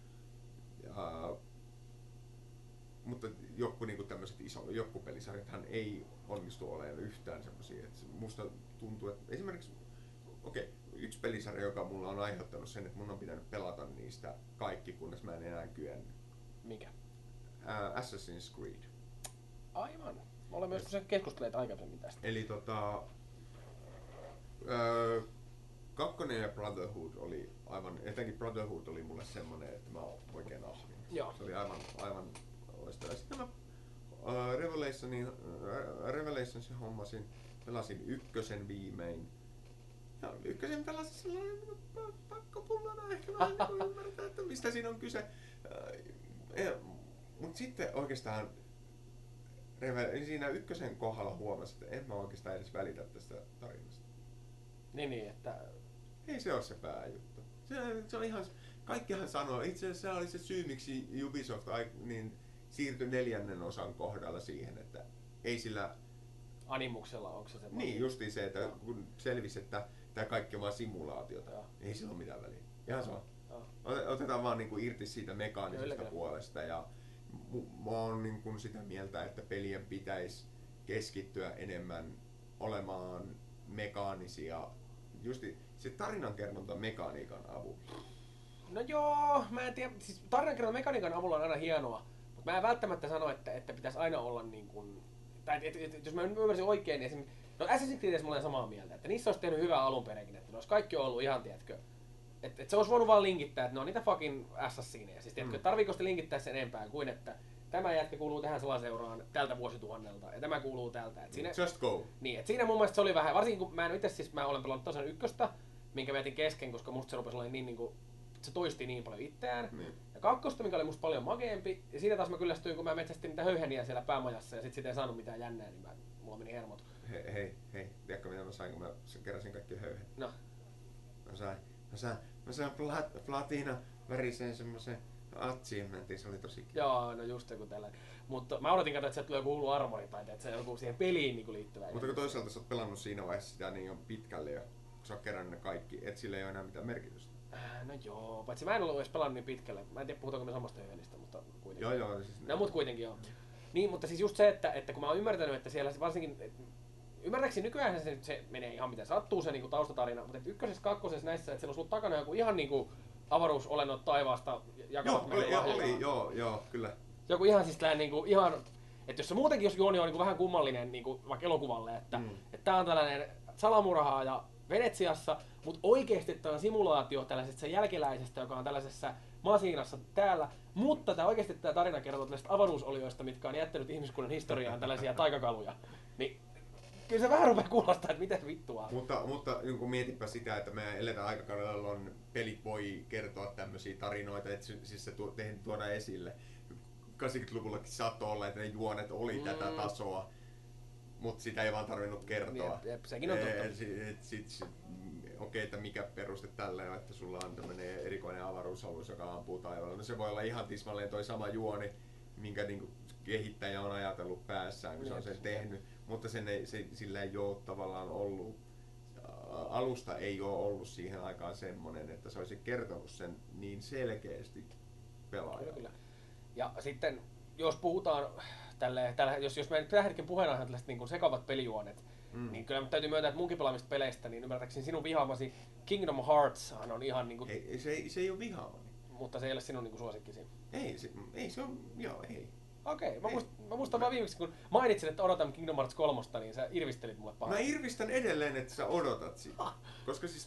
Mutta joku niinku tämmöiset joku pelisarjathan ei onnistu olemaan yhtään semmosia, että musta tuntuu, että esimerkiksi yksi pelisarja, joka mulla on aiheuttanut sen, että mun on pitänyt pelata niistä kaikki, kunnes mä en enää kyennyt. Mikä? Assassin's Creed. Aivan. Me olemme joskus keskustelleet aikaisemmin tästä. Eli 2 ja Brotherhood oli aivan, etenkin Brotherhood oli mulle semmonen, että mä oikein ahmin. Se oli aivan loistava. Sitten mä Revelationsin hommasin, pelasin 1 viimein. Ja 1 pelasin sellainen pakkopullana ehkä vähän niin ymmärtää, että mistä siinä on kyse. Mut sitten oikeastaan siinä 1 kohdalla huomasin, että en mä oikeastaan edes välitä tästä tarinasta. Niin, että ei se ole se pääjuttu. Se on ihan, kaikkihan sanoo, itse asiassa se oli se syy miksi Ubisoft niin siirtyi 4/4 kohdalla siihen, että ei sillä... Animuksella onko se semmoinen? Niin, justiin se, että kun selvisi, että tämä kaikki on vaan simulaatiota, niin ei sillä ole mitään väliä. Ihan sama. Otetaan vaan niin kuin irti siitä mekaanisesta puolesta. Ja mä oon niin kuin sitä mieltä, että pelien pitäisi keskittyä enemmän olemaan mekaanisia. Justi se tarinankerronta mekaniikan avulla. No joo, mä en tiedä. Siis tarinankerronta mekaniikan avulla on aina hienoa. Mutta mä en välttämättä sano, että pitäisi aina olla niin kuin... Tai jos mä ymmärsin oikein, niin esimerkiksi... No Assassin's Creedissä mä olen samaa mieltä, että niissä olisi tehnyt hyvää alun perinkin, että ne olisi kaikki ollut ihan, tiedätkö... Että se olisi voinut vaan linkittää, että ne on niitä fucking assassineja. Siis tiedätkö, tarviiko sitä linkittää sen enempää kuin että tämä jätkä kuuluu tähän salaseuraan tältä vuosituhannelta ja tämä kuuluu tältä. Siinä, just go. Niin, että siinä mun mielestä se oli vähän, varsinkin kun mä en itse siis mä olen pelannut tosiaan ykköstä, minkä mä jätin kesken, koska musta se rupesi olla niin kuin, se toisti niin paljon itseään. Ja kakkosta, mikä oli musta paljon makeempi, ja siinä taas mä kyllästyin, kun mä metsästin niitä höyheniä siellä päämajassa ja sit siitä ei saanut mitään jännää, niin mulla meni hermot. Hei, tiedätkö mitä mä sain, kun mä keräsin kaikki höyhen? No. Mä sain platina väriseen semmosen achievementin, se oli tosi kiva. Joo, no just joku tällainen. Mutta mä odotin katsoa, että sieltä tulee joku hullu armori tai että se on joku siihen peliin niin liittyvä. Mutta kun toisaalta sä oot pelannut siinä vaiheessa sitä niin on pitkälle jo, kun sä oot kerännyt ne kaikki, et sillä ei ole enää mitään merkitystä. No joo, paitsi mä en ollut edes pelannut niin pitkälle. Mä en tiedä puhutaanko me samasta höyhenistä, mutta kuitenkin. Joo, siis no mut kuitenkin joo. Niin, mutta siis just se, että kun mä oon ymmärtänyt, että siellä varsinkin... Ymmärtääkseni nykyään se menee ihan miten sattuu se niinku taustatarina, mutta ykkösessä, kakkosessa näissä, että siellä on sulla takana joku ihan niinku avaruusolennot taivaasta jakavat meille lahjoja. Joo, kyllä. Joku ihan siis tällainen niinku ihan, että jos se muutenkin jos juoni on niinku vähän kummallinen niinku vaikka elokuvalle, että tää on tällainen salamurhaaja Venetsiassa, mutta oikeesti tää on simulaatio tällaisesta jälkeläisestä, joka on tällaisessa masiinassa täällä, mutta tää oikeesti tää tarina kertoo tällaisista avaruusolioista, mitkä on jättänyt ihmiskunnan historiaan tällaisia taikakaluja. Niin kyllä se vähän rupeaa kuulostaa, että mitä vittua. Mutta kun mietipä sitä, että me eletään aikakaudella, jolloin pelit voi kertoa tämmöisiä tarinoita, että siis se tuoda esille. 80-luvullakin saattoi olla, että ne juonet oli tätä tasoa, mutta sitä ei vaan tarvinnut kertoa. Jep, sekin on totta. Okei, että mikä peruste tälle on, että sulla on tämmöinen erikoinen avaruusalus, joka ampuu taivaalla. No se voi olla ihan tismalleen toi sama juoni, minkä niinku kehittäjä on ajatellut päässään, kun se on sen tehnyt. Mutta sillä ei ole tavallaan ollut, alusta ei ole ollut siihen aikaan semmoinen, että se olisi kertonut sen niin selkeästi pelaajalle. Kyllä. Ja sitten jos puhutaan jos me tällä hetkellä puheenaiheena tällaiset niin sekavat pelijuonet, niin kyllä täytyy myöntää, että munkin pelaamista peleistä, niin ymmärtääkseni sinun vihaamasi Kingdom Hearts on ihan niinku... Se ei ole vihaamani. Mutta se ei ole sinun niinku suosikkisi. Ei se on, ei. Okei, mä muistan vaan viimeksi, kun mainitsin, että odotan Kingdom Hearts 3, niin sä irvistelit mulle pahaa. Mä irvistän edelleen, että sä odotat sitä. Koska siis...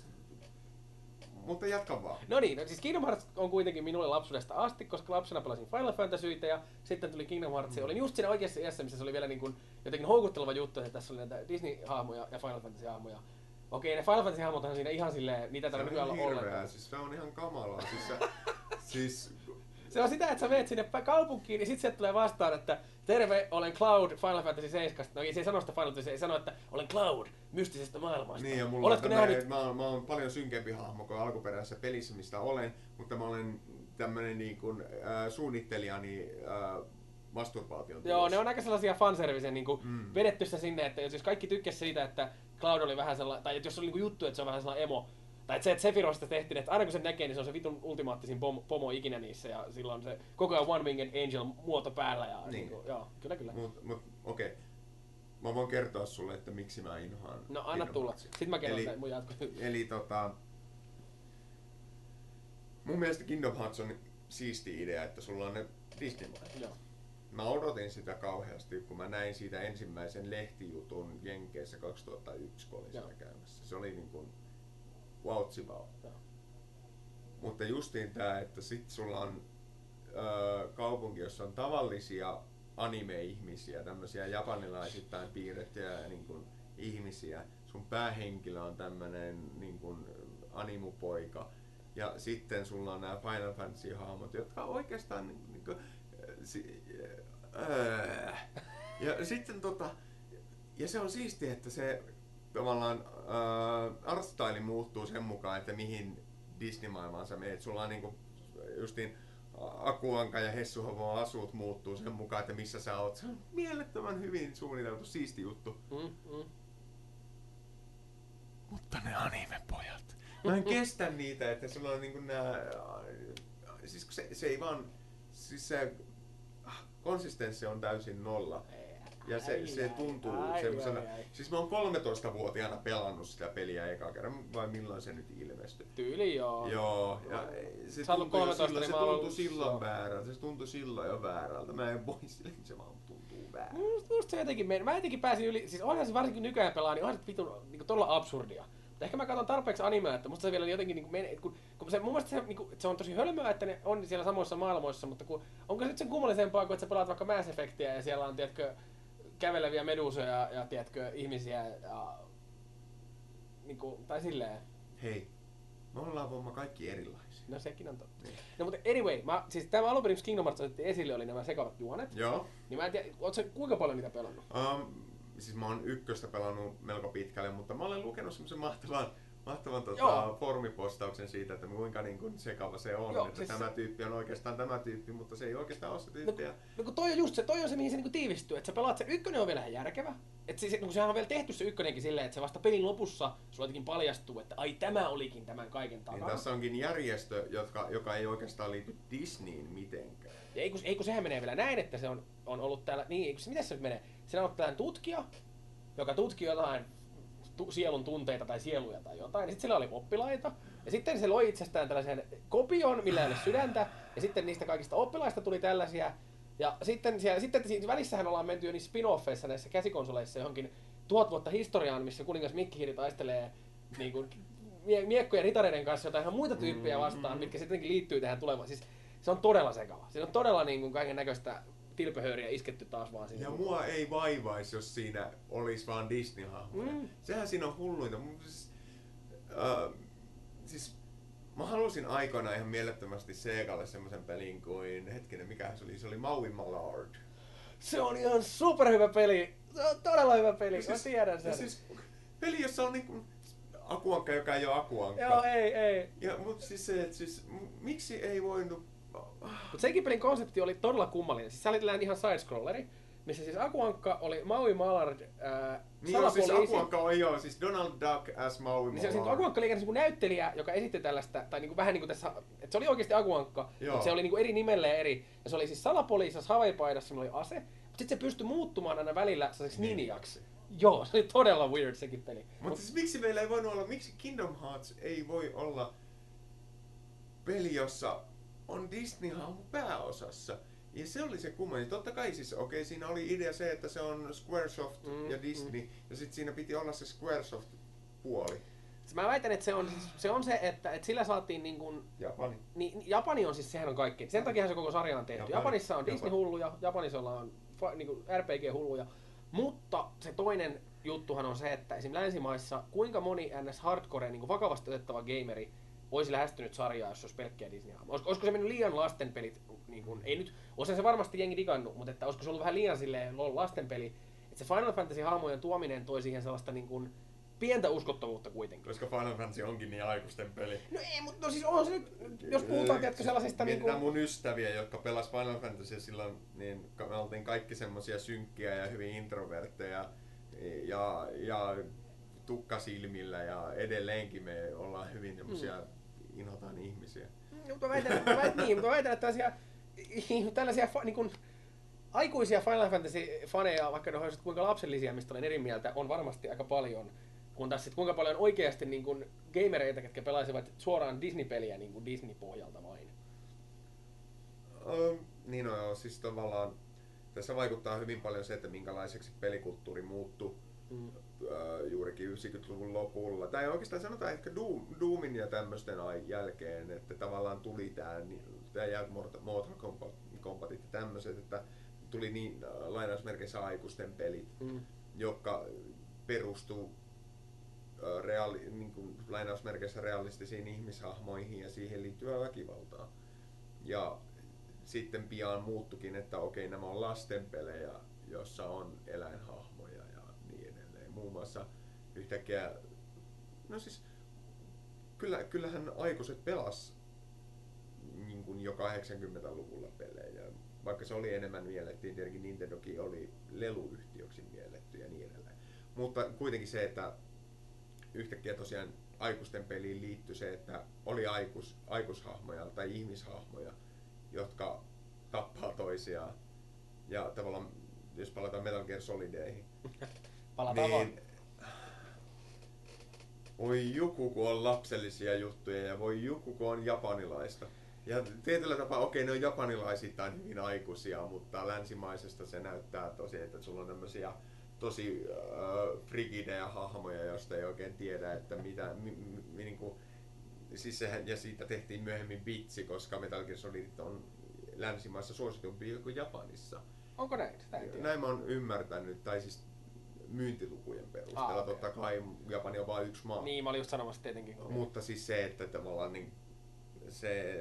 Mutta jatka vaan. No niin, siis Kingdom Hearts on kuitenkin minulle lapsuudesta asti, koska lapsena pelasin Final Fantasyitä ja sitten tuli Kingdom Hearts. Olin just siinä oikeassa iässä, missä se oli vielä niin kuin jotenkin houkutteleva juttu, että tässä oli näitä Disney-hahmoja ja Final Fantasy-hahmoja. Okei, ne Final Fantasy-hahmot on siinä ihan silleen, niitä tarvitse nykyään olla ollenkaan. Siis se on ihan kamalaa. Siis se on sitä, että sä menet sinne kaupunkiin, niin sit sieltä tulee vastaan, että terve, olen Cloud Final Fantasy 7. No se ei sano sitä Final Fantasy, ei sano, että olen Cloud mystisestä maailmasta. Niin, ja mulla oletko nähnyt? Mä oon paljon synkempi hahmo kuin alkuperäisessä pelissä, mistä olen, mutta mä olen tämmönen niin kuin suunnittelijani masturbaation tulos. Joo, ne on aika sellaisia fanservisen niin vedetty se sinne, että jos kaikki tykkäs siitä, että Cloud oli vähän sellainen, tai jos oli niin kuin juttu, että se on vähän sellainen emo, tai että se, että Sephirothista tehtiin, että aina kun se näkee, niin se on se vitun ultimaattisin pomo ikinä niissä, ja sillä on se koko ajan One Winged Angel muoto päällä, ja niin kuin, joo, kyllä. Mut okei. Mä voin kertoa sulle, että miksi mä inhoan. No anna tulla. Sitten mä kerron mun jatko. Eli mun mielestä Kingdom Hearts on siisti idea, että sulla on ne Disney-maiset. Joo. Mä odotin sitä kauheasti, kun mä näin siitä ensimmäisen lehtijutun Jenkeissä 2001, kun olin siellä käymässä. Se oli niin kuin vautsivaa. Mutta justiin tää, että sit sulla on kaupunki, jossa on tavallisia anime-ihmisiä, tämmöisiä japanilaisittain piirrettyjä niin kuin ihmisiä. Sun päähenkilö on tämmönen niin kuin animupoika. Ja sitten sulla on nämä Final Fantasy-hahmot, jotka oikeastaan niin kuin, ja sitten ja se on siistiä, että se tavallaan artstyle muuttuu sen mukaan, että mihin Disney-maailmaan sä meet. Sulla on niinku justiin Akuanka ja Hessuhovon asuut muuttuu sen mukaan, että missä sä oot. Se on mielettömän hyvin suunniteltu, siisti juttu. Mutta ne anime-pojat. Mä en kestä niitä, että sulla on niinku nää... Siis se ei vaan... Siis se konsistenssi on täysin nolla. Ja se tuntuu semmosena... Siis mä oon 13-vuotiaana pelannut sitä peliä eka kerran, vai milloin se nyt ilmestyi? Tyyli joo. Joo, ja se tuntui silloin väärältä, se tuntui silloin jo väärältä. Mä en voi sille, se vaan tuntuu väärältä. Musta se jotenkin meni. Mä jotenkin pääsin yli, siis onhan se varsinkin nykyään pelaa, niin onhan se vitun niinku todella absurdia. Mutta ehkä mä katson tarpeeksi animea, että musta se vielä jotenkin niinku menee, kun se, mun mielestä se, niinku, se on tosi hölmöä, että ne on siellä samoissa maailmoissa, mutta onko se nyt sen kummallisempaa kuin että sä pelaat vaikka Mass Effectia ja siellä on, tiedätkö, käveleviä medusoja ja tiedätkö, ihmisiä ja niinku, tai silleen. Hei, me ollaan vaan kaikki erilaisia. No sekin on totta. No mutta anyway, siis tämä alun perin Kingdom Hearts otettiin esille, oli nämä sekavat juonet. Joo. Niin mä en tiedä, ootko kuinka paljon niitä pelannut? Siis mä oon ykköstä pelannut melko pitkälle, mutta mä olen lukenut semmosen mahtavan formipostauksen siitä, että kuinka niin kuin sekava se on. Joo, että siis tämä tyyppi on oikeastaan tämä tyyppi, mutta se ei oikeastaan ole se tyyppi. No kun toi on just se, toi on se mihin se niinku tiivistyy, että sä pelaat, se ykkönen on vielä ihan järkevä. Että siis, kun sehän on vielä tehty se ykkönenkin silleen, että se vasta pelin lopussa sulla jotenkin paljastuu, että ai tämä olikin tämän kaiken takana. Niin tässä onkin järjestö, joka ei oikeastaan liity Disneyin mitenkään. Ja ei kun sehän menee vielä näin, että se on ollut täällä, niin miten se nyt menee? Siinä on ollut tällainen tutkija, joka tutki jotain sielun tunteita tai sieluja tai jotain, ja sitten sillä oli oppilaita, ja sitten se loi itsestään tällaisen kopion, millä ei ole sydäntä, ja sitten niistä kaikista oppilaista tuli tällaisia, ja sitten siinä välissähän ollaan menty jo niissä spin-offeissa näissä käsikonsoleissa johonkin 1000 vuotta historiaan, missä kuningas Mikkihiiri taistelee niin kuin miekkojen ritareiden kanssa jotain ihan muita tyyppejä vastaan, mitkä sittenkin liittyy tähän tulemaan. Siis se on todella sekava. Siinä on todella niin kuin kaiken näköistä tilpehööriä isketty taas vaan sinne. Ja mua ei vaivaisi, jos siinä olisi vaan Disney-hahmoja. Sehän siinä on hulluinta. Siis mä halusin aikoinaan ihan mielettömästi Segalle semmoisen pelin kuin, hetkinen, mikähän se oli? Se oli Maui Mallard. Se on ihan superhyvä peli. Se on todella hyvä peli. Siis, mä tiedän sen. Siis, peli, jossa on niinku Akuankka, joka ei ole Akuankka. Joo, ei. Ja, mutta siis se, että miksi ei voinut... Mutta senkin pelin konsepti oli todella kummallinen. Siis se oli tällainen ihan side-scrolleri, missä siis Akuankka oli Maui Mallard, salapoliisi. Siis Akuankka on siis Donald Duck as Maui Mallard. Niin se Akuankka oli niin näyttelijä, joka esitti tällaista, tai niin vähän niin kuin tässä, että se oli oikeasti Akuankka, mutta se oli niin eri nimellä ja eri. Ja se oli siis salapoliisissa Hawaii-paidassa, millä oli ase, mutta sitten se pystyi muuttumaan aina välillä sellaiseksi ninjaksi. Joo, se oli todella weird sekin peli. Mutta siis miksi meillä ei voinut olla, miksi Kingdom Hearts ei voi olla peli, jossa on Disney-hahmo pääosassa? Ja se oli se kummallinen. Totta kai siis, siinä oli idea se, että se on Squaresoft ja Disney, ja sitten siinä piti olla se Squaresoft-puoli. Mä väitän, että se on se, että sillä saatiin niin kuin... Japani. Niin, Japani on siis, sehän on kaikki. Sen takia se koko sarja on tehty. Japanissa on Disney-hulluja, Japanissa ollaan niin kuin RPG-hulluja. Mutta se toinen juttuhan on se, että esim. Länsimaissa kuinka moni NS hardcore, niin kuin vakavasti otettava gameri, olisi lähestynyt sarjaa, jos olisi pelkkiä Disney-hahmoja. Olisiko se mennyt liian lastenpelit, niin kuin, ei nyt, olisi se varmasti jengi digannut, mutta että olisiko se ollut vähän liian silleen lastenpeli, että se Final Fantasy-hahmojen tuominen toi siihen sellaista niin kuin, pientä uskottavuutta kuitenkin. Koska Final Fantasy onkin niin aikuisten peli. No ei, mutta no siis on se nyt, jos puhutaan tiedätkö sellaisista niinku... mun ystäviä, jotka pelas Final Fantasy silloin, niin me oltiin kaikki semmosia synkkiä ja hyvin introvertteja ja tukkasilmillä ja edelleenkin me ollaan hyvin semmosia inhotaan ihmisiä. Mutta väitän, että tällaisia niin kuin, aikuisia Final Fantasy-faneja, vaikka ne olisivat kuinka lapsellisia, mistä olen eri mieltä, on varmasti aika paljon. Kun taas kuinka paljon oikeasti niin kuin gamereita, jotka pelaisivat suoraan Disney-peliä niin kuin Disney-pohjalta vain. Niin joo, siis tavallaan tässä vaikuttaa hyvin paljon se, että minkälaiseksi pelikulttuuri muuttui juurikin 90-luvun lopulla. Tai oikeastaan sanotaan ehkä Doomin ja tämmöisten jälkeen, että tavallaan tuli tää Mortal Kombatit ja tämmöiset, että tuli niin lainausmerkeissä aikuisten pelit, jotka perustuu niin kuin lainausmerkeissä realistisiin ihmishahmoihin ja siihen liittyvää väkivaltaa. Ja sitten pian muuttukin, että okei, nämä on lastenpelejä, jossa on eläinhahmoja ja niin edelleen. Muun muassa yhtäkkiä, no siis kyllähän aikuiset pelas niin kuin jo 80-luvulla pelejä. Vaikka se oli enemmän miellettiin, tietenkin Nintendokin oli leluyhtiöksi mielletty ja niin edelleen. Mutta kuitenkin se, että yhtäkkiä tosiaan aikuisten peliin liittyi se, että oli aikuishahmoja tai ihmishahmoja, jotka tappaa toisiaan. Ja tavallaan, jos palataan Metal Gear Solideihin, Palataan vaan. Voi joku, kun on lapsellisia juttuja ja voi joku, kun on japanilaista. Ja tietyllä tapaa, okei, ne on japanilaisittain hyvin aikuisia, mutta länsimaisesta se näyttää tosi, että sulla on tämmöisiä tosi frigidejä hahmoja, joista ei oikein tiedä, että mitä, niinku, siis sehän, ja siitä tehtiin myöhemmin vitsi, koska Metal Gear Solid on länsimaissa suositumpi kuin Japanissa. Onko näin? Sitä en tiedä. Näin mä oon ymmärtänyt, tai siis myyntilukujen perusteella. Okay. Totta kai Japani on vain yksi maa. Niin, mä olin just sanomassa tietenkin. Mutta siis se, että tavallaan niin se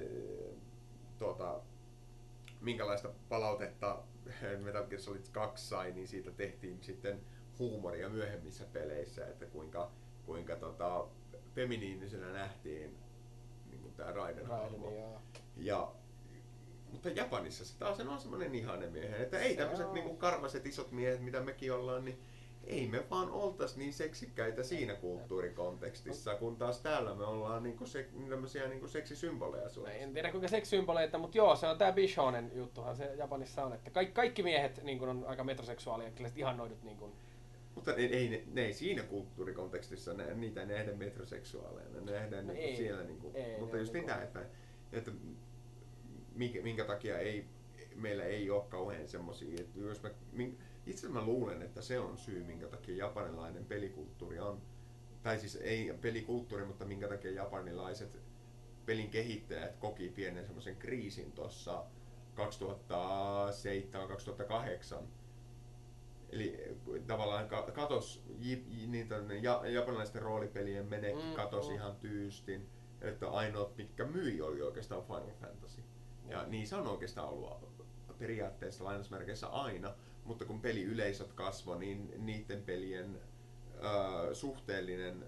minkälaista palautetta Metal Gear Solid 2 sai, niin siitä tehtiin sitten huumoria myöhemmissä peleissä, että kuinka feminiinisenä nähtiin niin tämä Raiden-hahmo. Mutta Japanissa se taas on semmoinen ihanen miehen, että ei tämmöiset niin karvaset isot miehet, mitä mekin ollaan, niin ei me vaan oltais niin seksikkäitä siinä kulttuurikontekstissa, kun taas täällä me ollaan tämmöisiä seksisymboleja Suomessa. En tiedä kuinka seksisymboleita, mutta joo, se on tää Bishonen juttuhan se Japanissa on, että kaikki miehet niin on aika metroseksuaalia, kyllä ihannoidut niin kuin. Mutta ne ei siinä kulttuurikontekstissa, niitä ei nähdä metroseksuaaleina, ne nähdään siellä mutta just niin että minkä takia meillä ei ole kauhean semmosia, että jos itse mä luulen, että se on syy, minkä takia japanilainen pelikulttuuri on, tai siis ei pelikulttuuri, mutta minkä takia japanilaiset pelin kehittäjät koki pienen semmoisen kriisin tuossa 2007-2008. Eli tavallaan japanilaisten roolipelien menekki katosi ihan tyystin, että ainoat mitkä myi oli oikeastaan Final Fantasy. Ja niissä on oikeastaan ollut periaatteessa lainausmerkeissä aina, mutta kun peliyleisöt kasvoi, niin niiden pelien suhteellinen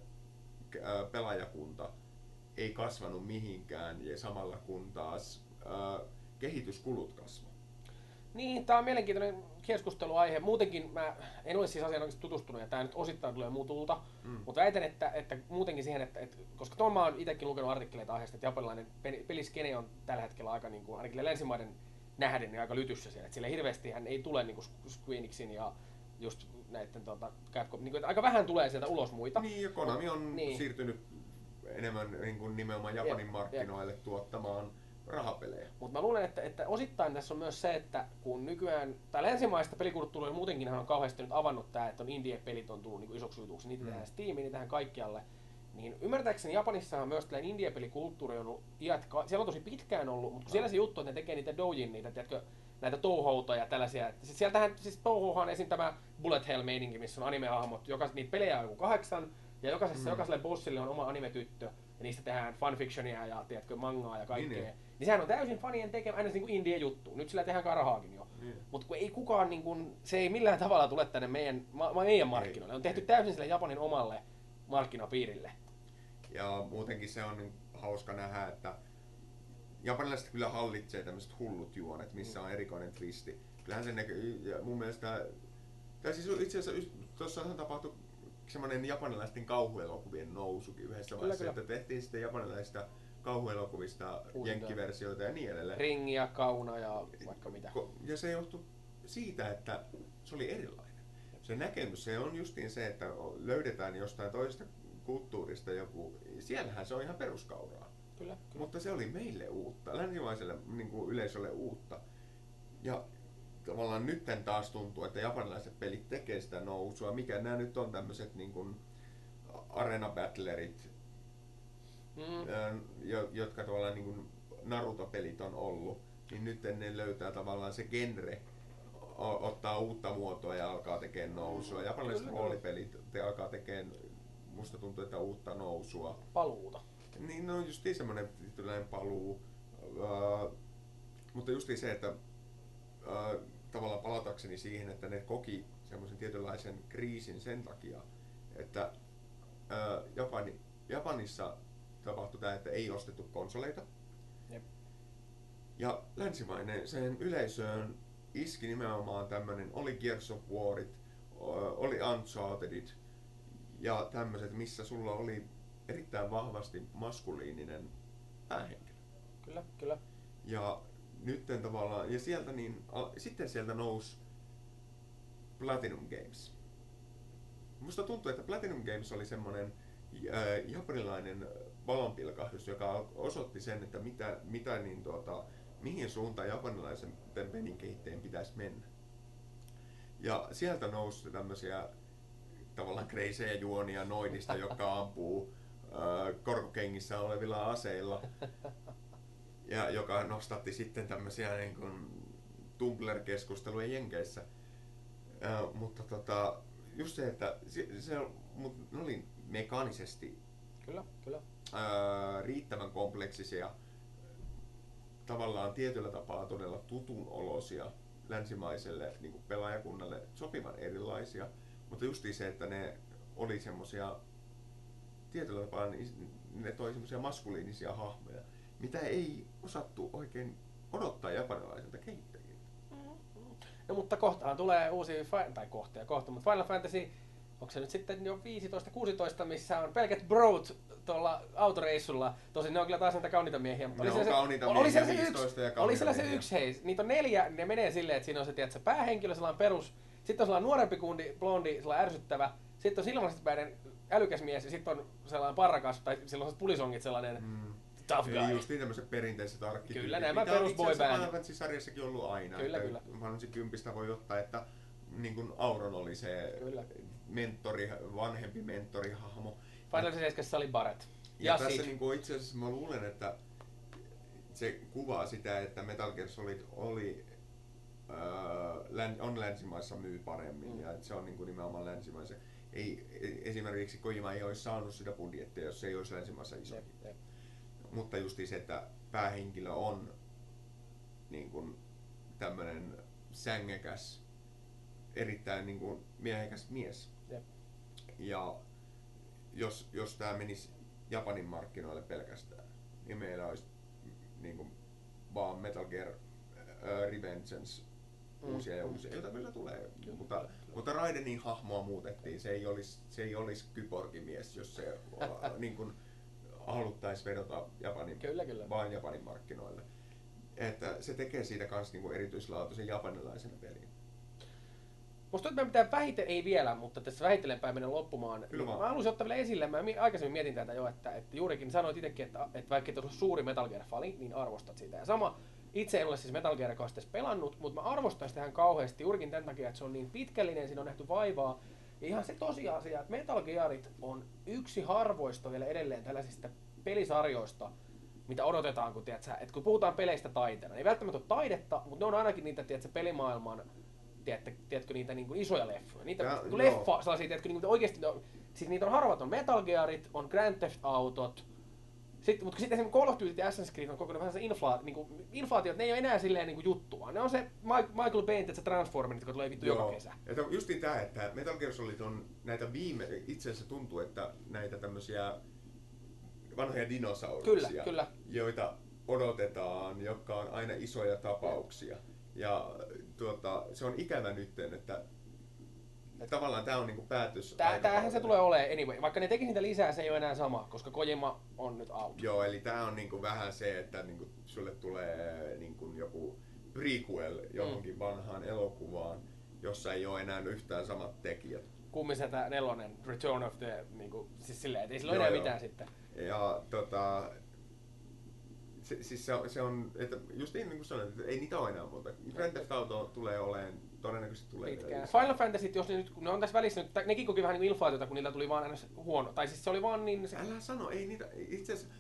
pelaajakunta ei kasvanut mihinkään, ja samalla kun taas kehityskulut kasvoi. Niin, tää on mielenkiintoinen keskusteluaihe. Muutenkin mä en ole siis asiaan oikeasti tutustunut, ja tää nyt osittain tulee mutulta, mutta väitän, että muutenkin siihen, että koska tuon mä oon itekin lukenut artikkeleita aiheesta, että japanilainen peliskene on tällä hetkellä aika, niin kuin, ainakin länsimaiden nähden, niin aika lytyssä siellä. Että sillä hirveästi hän ei tule niin kuin Square Enixin ja just näiden Capcom, niin kuin, aika vähän tulee sieltä ulos muita. Niin, ja Konami on siirtynyt enemmän niin kuin nimenomaan Japanin markkinoille tuottamaan rahapelejä. Mutta mä luulen, että osittain tässä on myös se, että kun nykyään, tai länsimaista pelikulttuuria muutenkin on kauheasti nyt avannut tää, että on indie-pelit on tullut niin isoksi jutuksi, niitä tehdään Steamiin, niitä tehdään kaikkialle. Niin ymmärtääkseni Japanissahan myös tällainen indie-pelikulttuuri on ollut, siellä on tosi pitkään ollut, mutta kun siellä se juttu, että ne tekee niitä doujin, näitä touhouta ja tällaisia. Sieltähän, siis touhouhan esim. Tämä Bullet Hell-meininki, missä on anime-hahmot, niitä pelejä on joku 8, ja jokaiselle bossille on oma anime-tyttö, ja niistä tehdään fanfictionia ja tiedätkö, mangaa ja kaikkea. Niin sehän on täysin fanien tekemä, aina niin kuin indie-juttu. Nyt sillä tehdään rahaakin jo. Mutta kun ei kukaan, niin kun, se ei millään tavalla tule tänne meidän markkinoille. On tehty täysin sille Japanin omalle markkinapiirille. Ja muutenkin se on hauska nähdä, että japanilaiset kyllä hallitsee tämmöiset hullut juonet, missä on erikoinen twisti. Kyllähän se näkyy, ja mun mielestä, tai siis itse asiassa tuossa tapahtui semmoinen japanilaisten kauhuelokuvien nousukin yhdessä vaiheessa, että tehtiin sitten japanilaisista kauhuelokuvista jenkkiversioita ja niin edelleen. Ringiä, Kauna ja vaikka mitä. Ja se johtui siitä, että se oli erilainen. Se näkemys, se on justiin se, että löydetään jostain toisesta kulttuurista joku, siellähän se on ihan peruskauraa. Kyllä. Mutta se oli meille uutta, länsimaiselle niin kuin yleisölle uutta. Ja tavallaan nytten taas tuntuu, että japanilaiset pelit tekee sitä nousua. Mikä nämä nyt on tämmöiset niin kuin arena battlerit, jotka tavallaan niin kuin Naruto-pelit on ollut, niin nyt ne löytää tavallaan se genre, ottaa uutta muotoa ja alkaa tekemään nousua. Japanilaiset roolipelit alkaa tekemään, musta tuntuu, että uutta nousua. Paluuta. Niin, no justiin semmoinen tietynlainen paluu. Mutta justiin se, että tavallaan palatakseni siihen, että ne koki semmoisen tietynlaisen kriisin sen takia, että Japanissa tapahtui tämä, että ei ostettu konsoleita. Jep. Ja länsimainen sen yleisöön iski nimenomaan tämmönen, oli Gears of Warit, oli Unchartedit ja tämmöiset, missä sulla oli erittäin vahvasti maskuliininen päähenkilö. Kyllä, kyllä. Ja nytten tavallaan, ja sieltä sitten sieltä nousi Platinum Games. Musta tuntuu, että Platinum Games oli semmonen japanilainen valonpilkahdus, joka osoitti sen, että mihin suuntaan japanilaisen pelin kehittäjien pitäisi mennä. Ja sieltä nousi tämmöisiä tavallaan kreisejä juonia noidista, jotka ampuu korkokengissä olevilla aseilla. Ja joka nostatti sitten tämmöisiä niin kuin Tumblr-keskusteluja Jenkeissä. Mutta just se, että ne oli mekaanisesti Kyllä, kyllä. Riittävän kompleksisia, tavallaan tietyllä tapaa todella tutun olosia länsimaiselle niin kuin pelaajakunnalle, sopivan erilaisia, mutta justiin se, että ne oli semmosia tietyllä tapaa, ne toi semmosia maskuliinisia hahmoja, mitä ei osattu oikein odottaa japanilaisilta kehittäjiltä. No mutta kohtaan tulee uusi, mutta Final Fantasy, onko se nyt sitten jo 15-16, missä on pelkät brot tuolla autoreissulla. Tosin ne on kyllä taas näitä kauniita miehiä, mutta oli siellä se yksi, hei, niitä on 4, ne menee silleen, että siinä on se tiedätkö, päähenkilö, sellainen perus, sitten on sellainen nuorempi kundi, blondi, sellainen ärsyttävä, sitten on silmälasitpäinen älykäs mies ja sitten on sellainen parrakas, tai sellaiset pulisongit sellainen tough guy. Eli just niin tämmöiset perinteiset arkkityypit. Kyllä, nämä perus boybandit. Final Fantasy-sarjassakin ollut aina. Kyllä. Final Fantasy 10 voi ottaa, että niin kuin Auron oli se mentori, vanhempi mentorihahmo. Final Fantasy 7 oli Barret. Ja tässä niin kuin itse asiassa mä luulen, että se kuvaa sitä, että Metal Gear Solid on länsimaissa myy paremmin ja että se on niin kuin nimenomaan länsimaisen. Esimerkiksi Kojima ei olisi saanut sitä budjettia, jos se ei olisi länsimaissa iso. Mutta justi se, että päähenkilö on niin kuin tämmönen sängekäs, erittäin niin kuin miehekäs mies. Ja jos tää menisi Japanin markkinoille pelkästään, niin meillä olisi niin kuin vaan Metal Gear Revengeance uusia ja uusia, joita kyllä tulee. Mutta Raidenin hahmoa muutettiin, se ei olisi kyborgimies, jos se niin kuin haluttaisiin vedota vain Japanin markkinoille. Että se tekee siitä kans niinku erityislaatuisen japanilaisen pelin. Musta meidän pitää ei vielä, mutta tässä vähitellen päin mennä loppumaan. Mä haluaisin ottaa vielä esille, mä aikaisemmin mietin tätä jo, että juurikin sanoit itsekin, että vaikka et ole suuri Metal Gear-fani, niin arvostat sitä. Ja sama, itse en ole siis Metal Gear pelannut, mutta mä arvostan sitä ihan kauheasti juurikin tämän takia, että se on niin pitkällinen, siinä on nähty vaivaa. Ja ihan se tosiasia, että Metal Gearit on yksi harvoista vielä edelleen tällaisista pelisarjoista, mitä odotetaan, kun, tiedätkö, että kun puhutaan peleistä taiteena. Ei välttämättä ole taidetta, mutta ne on ainakin niitä tiedätkö, pelimaailman tiedätkö, niitä niin kuin isoja leffoja. Niitä leffa, sellaisia, tiedätkö, niin oikeasti, siis niitä on harvat, on Metal Gearit, on Grand Theft Autot, mutta sitten esimerkiksi Call of Duty ja Assassin's Creed on kokonaan vähän se inflaatio, että ne ei ole enää silleen niin kuin juttu, vaan ne on se Michael Bay, että se Transformerit, joka tulee vittu joka kesä. Että justiin tää, että Metal Gear Solid on näitä itse asiassa tuntuu, että näitä tämmösiä vanhoja dinosauruksia, kyllä. Joita odotetaan, jotka on aina isoja tapauksia. Ja se on ikävä nytten, että tavallaan tää on niinku päätös. Tämähän se tulee olemaan anyway. Vaikka ne tekisi niitä lisää, se ei ole enää sama, koska Kojima on nyt out. Joo, eli tää on niinku vähän se, että niinku sulle tulee niinku joku prequel johonkin vanhaan elokuvaan, jossa ei ole enää yhtään samat tekijät. Kummisetä 4, Return of the, niinku, siis silleen, että ei sillä ole enää mitään sitten. Ja se on, että just niin kuin sanoin, että ei niitä ole enää muuta. Grand Theft Auto tulee olemaan, todennäköisesti tulee pitkään. Final Fantasy, jos ne nyt, kun ne on tässä välissä nyt, nekin koki vähän niin kuin inflaatiota, kun niillä tuli vaan aina huono. Tai siis se oli vaan niin... Älä sano, ei niitä, itse asiassa...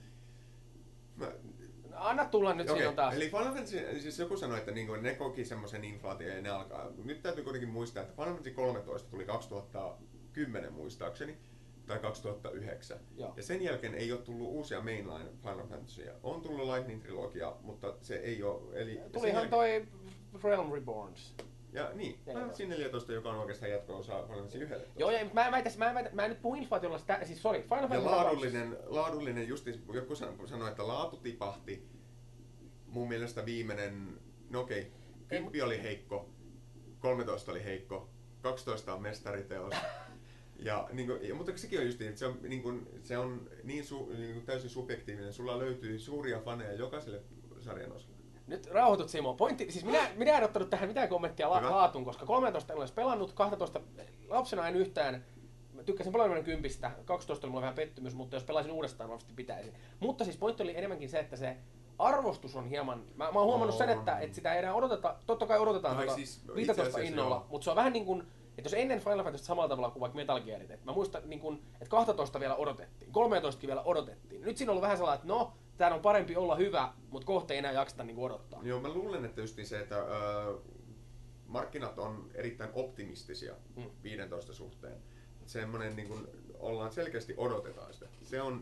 Anna tulla nyt siinä taas. Eli Final Fantasy, siis joku sanoi, että niin ne koki semmoisen inflaation ja ne alkaa. Nyt täytyy kuitenkin muistaa, että Final Fantasy 13 tuli 2010 muistaakseni. Tai 2009. Joo. Ja sen jälkeen ei ole tullut uusia mainline Final Fantasyja. On tullut Lightning-trilogia, mutta se ei ole... Eli tulihan toi Realm Reborns. Ja niin, Final Fantasy 14, joka on oikeastaan jatko-osa Final Fantasy 11. Joo, ja mä en nyt puhu inflaatiolla sitä, siis sorry, Final Fantasy... Ja laadullinen, just joku sanoi, että laatu tipahti, mun mielestä viimeinen, no okei, 10 oli heikko, 13 oli heikko, 12 on mestariteos. Ja, niin kuin, mutta sekin on just niin, että se on niin täysin subjektiivinen. Sulla löytyy suuria faneja jokaiselle sarjan osalle. Nyt rauhoitut Simo. Pointti, siis minä en ottanut tähän mitään kommenttia laatuun, koska 13 en olisi pelannut, 12 lapsena en yhtään. Mä tykkäsin paljon enemmän 10, 12 oli mulla vähän pettymys, mutta jos pelaisin uudestaan, varmasti pitäisin. Mutta siis pointti oli enemmänkin se, että se arvostus on hieman... Mä oon huomannut sen, että sitä ei enää odoteta, totta kai odotetaan siis 15 innolla, mutta se on vähän niin kuin... Että jos ennen Final Fantasy samalla tavalla kuin vaikka Metal Gearit, että mä muistan, niin kun, että 12 vielä odotettiin, 13 vielä odotettiin. Nyt siinä on ollut vähän sellainen, että no, tää on parempi olla hyvä, mutta kohta ei enää jakseta niin odottaa. Joo, mä luulen, että just se, että markkinat on erittäin optimistisia 15 suhteen. Semmoinen niin kun ollaan selkeästi odotetaan sitä. Se on...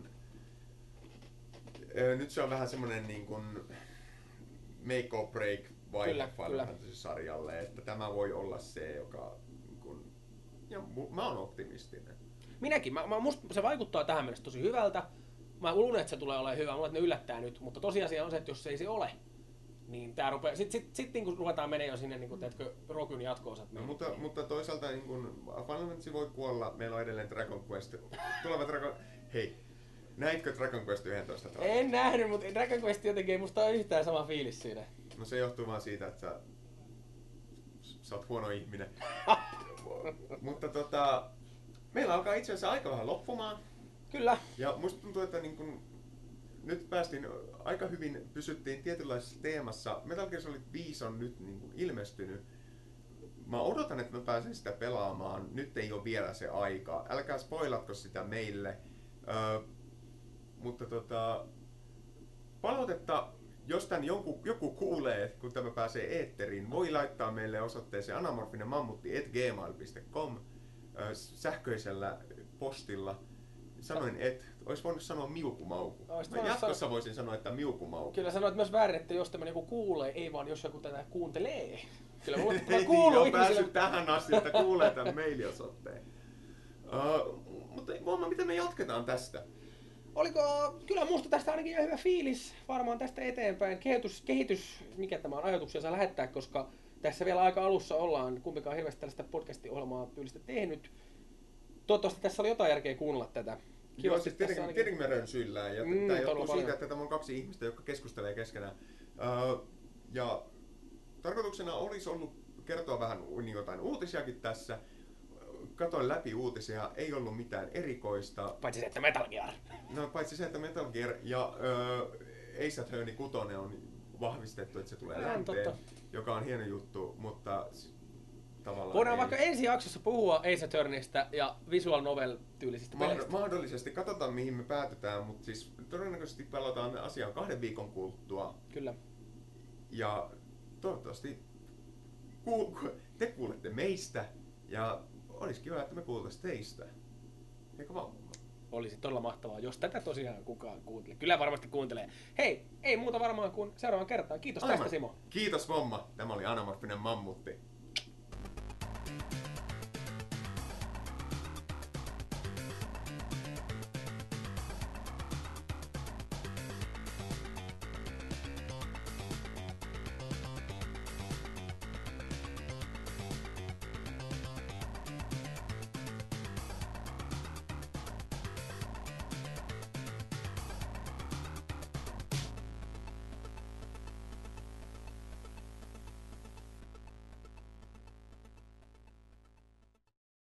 nyt se on vähän semmoinen niin kun make or break vaihe Final Fantasy-sarjalle, että tämä voi olla se, joka... Ja mä oon optimistinen. Minäkin. Musta se vaikuttaa tähän mennessä tosi hyvältä. Mä luulen, että se tulee olemaan hyvä. Mulla ne yllättää nyt, mutta tosiasia on se, että jos ei se ole, niin tää rupeaa... Sitten niin kun ruvetaan menee jo sinne, niin kun, teetkö, Rokyn jatko-osat. No, mutta toisaalta niin kun Final Fantasy voi kuolla. Meillä on edelleen Dragon Quest. Tulevat Dragon... Hei, näitkö Dragon Quest 11? En nähnyt, mutta Dragon Quest jotenkin ei musta ole yhtään sama fiilis siinä. No se johtuu vaan siitä, että sä oot huono ihminen. Mutta meillä alkaa itse asiassa aika vähän loppumaan. Kyllä. Ja musta tuntuu, että niin kun, nyt päästiin aika hyvin, pysyttiin tietynlaisessa teemassa. Metal Gear Solid 5 on nyt niin kun ilmestynyt. Mä odotan, että mä pääsen sitä pelaamaan. Nyt ei ole vielä se aika. Älkää spoilatko sitä meille. Mutta palautetta, jos tän joku kuulee, kun tämä pääsee eetteriin, voi laittaa meille osoitteeseen anamorfinenmammutti@gmail.com sähköisellä postilla. Sanoin, että olisi voinut sanoa miukumauku. Jatkossa voisin sanoa, että miukumauku. Kyllä sanoit myös väärin, että jos tämmöinen joku kuulee, ei vaan jos joku tätä kuuntelee. Kyllä mulla kuuluu ihmisille. Päässyt tähän asti, että kuulee tämän mailiosoitteen. Mutta Vomma, miten me jatketaan tästä? Kyllä musta tästä ainakin ihan hyvä fiilis varmaan tästä eteenpäin. Kehitys, mikä tämä on, ajatuksia saa lähettää, koska tässä vielä aika alussa ollaan. Kumpikaan hirveästi tällaista podcast-ohjelmaa tyylistä tehnyt. Toivottavasti tässä oli jotain järkeä kuunnella tätä. Joo, siis tietenkin me rönsyillään. Ja tämä johtuu siitä, että tämä on 2 ihmistä, jotka keskustelee keskenään. Ja tarkoituksena olisi ollut kertoa vähän jotain uutisiakin tässä. Katoin läpi uutisia, ei ollut mitään erikoista. Paitsi se, että Metal Gear. No, paitsi se, että Metal Gear ja Ace Attorney 6 on vahvistettu, että se tulee länteen, joka on hieno juttu, mutta tavallaan voidaan vaikka ensi jaksossa puhua Ace Attorneystä ja visual novel tyylisistä peleistä. Mahdollisesti, katsotaan mihin me päätetään, mutta siis todennäköisesti pelataan asiaan 2 viikon kuluttua. Kyllä. Ja toivottavasti te kuulette meistä ja olisi kiva, että me kuultaisiin teistä. Eikö vaan? Olisi todella mahtavaa, jos tätä tosiaan kukaan kuuntelee. Kyllä varmasti kuuntelee. Hei, ei muuta varmaan kuin seuraavan kertaan. Kiitos tästä, Simo. Kiitos, Vomma. Tämä oli Anamorfinen Mammutti.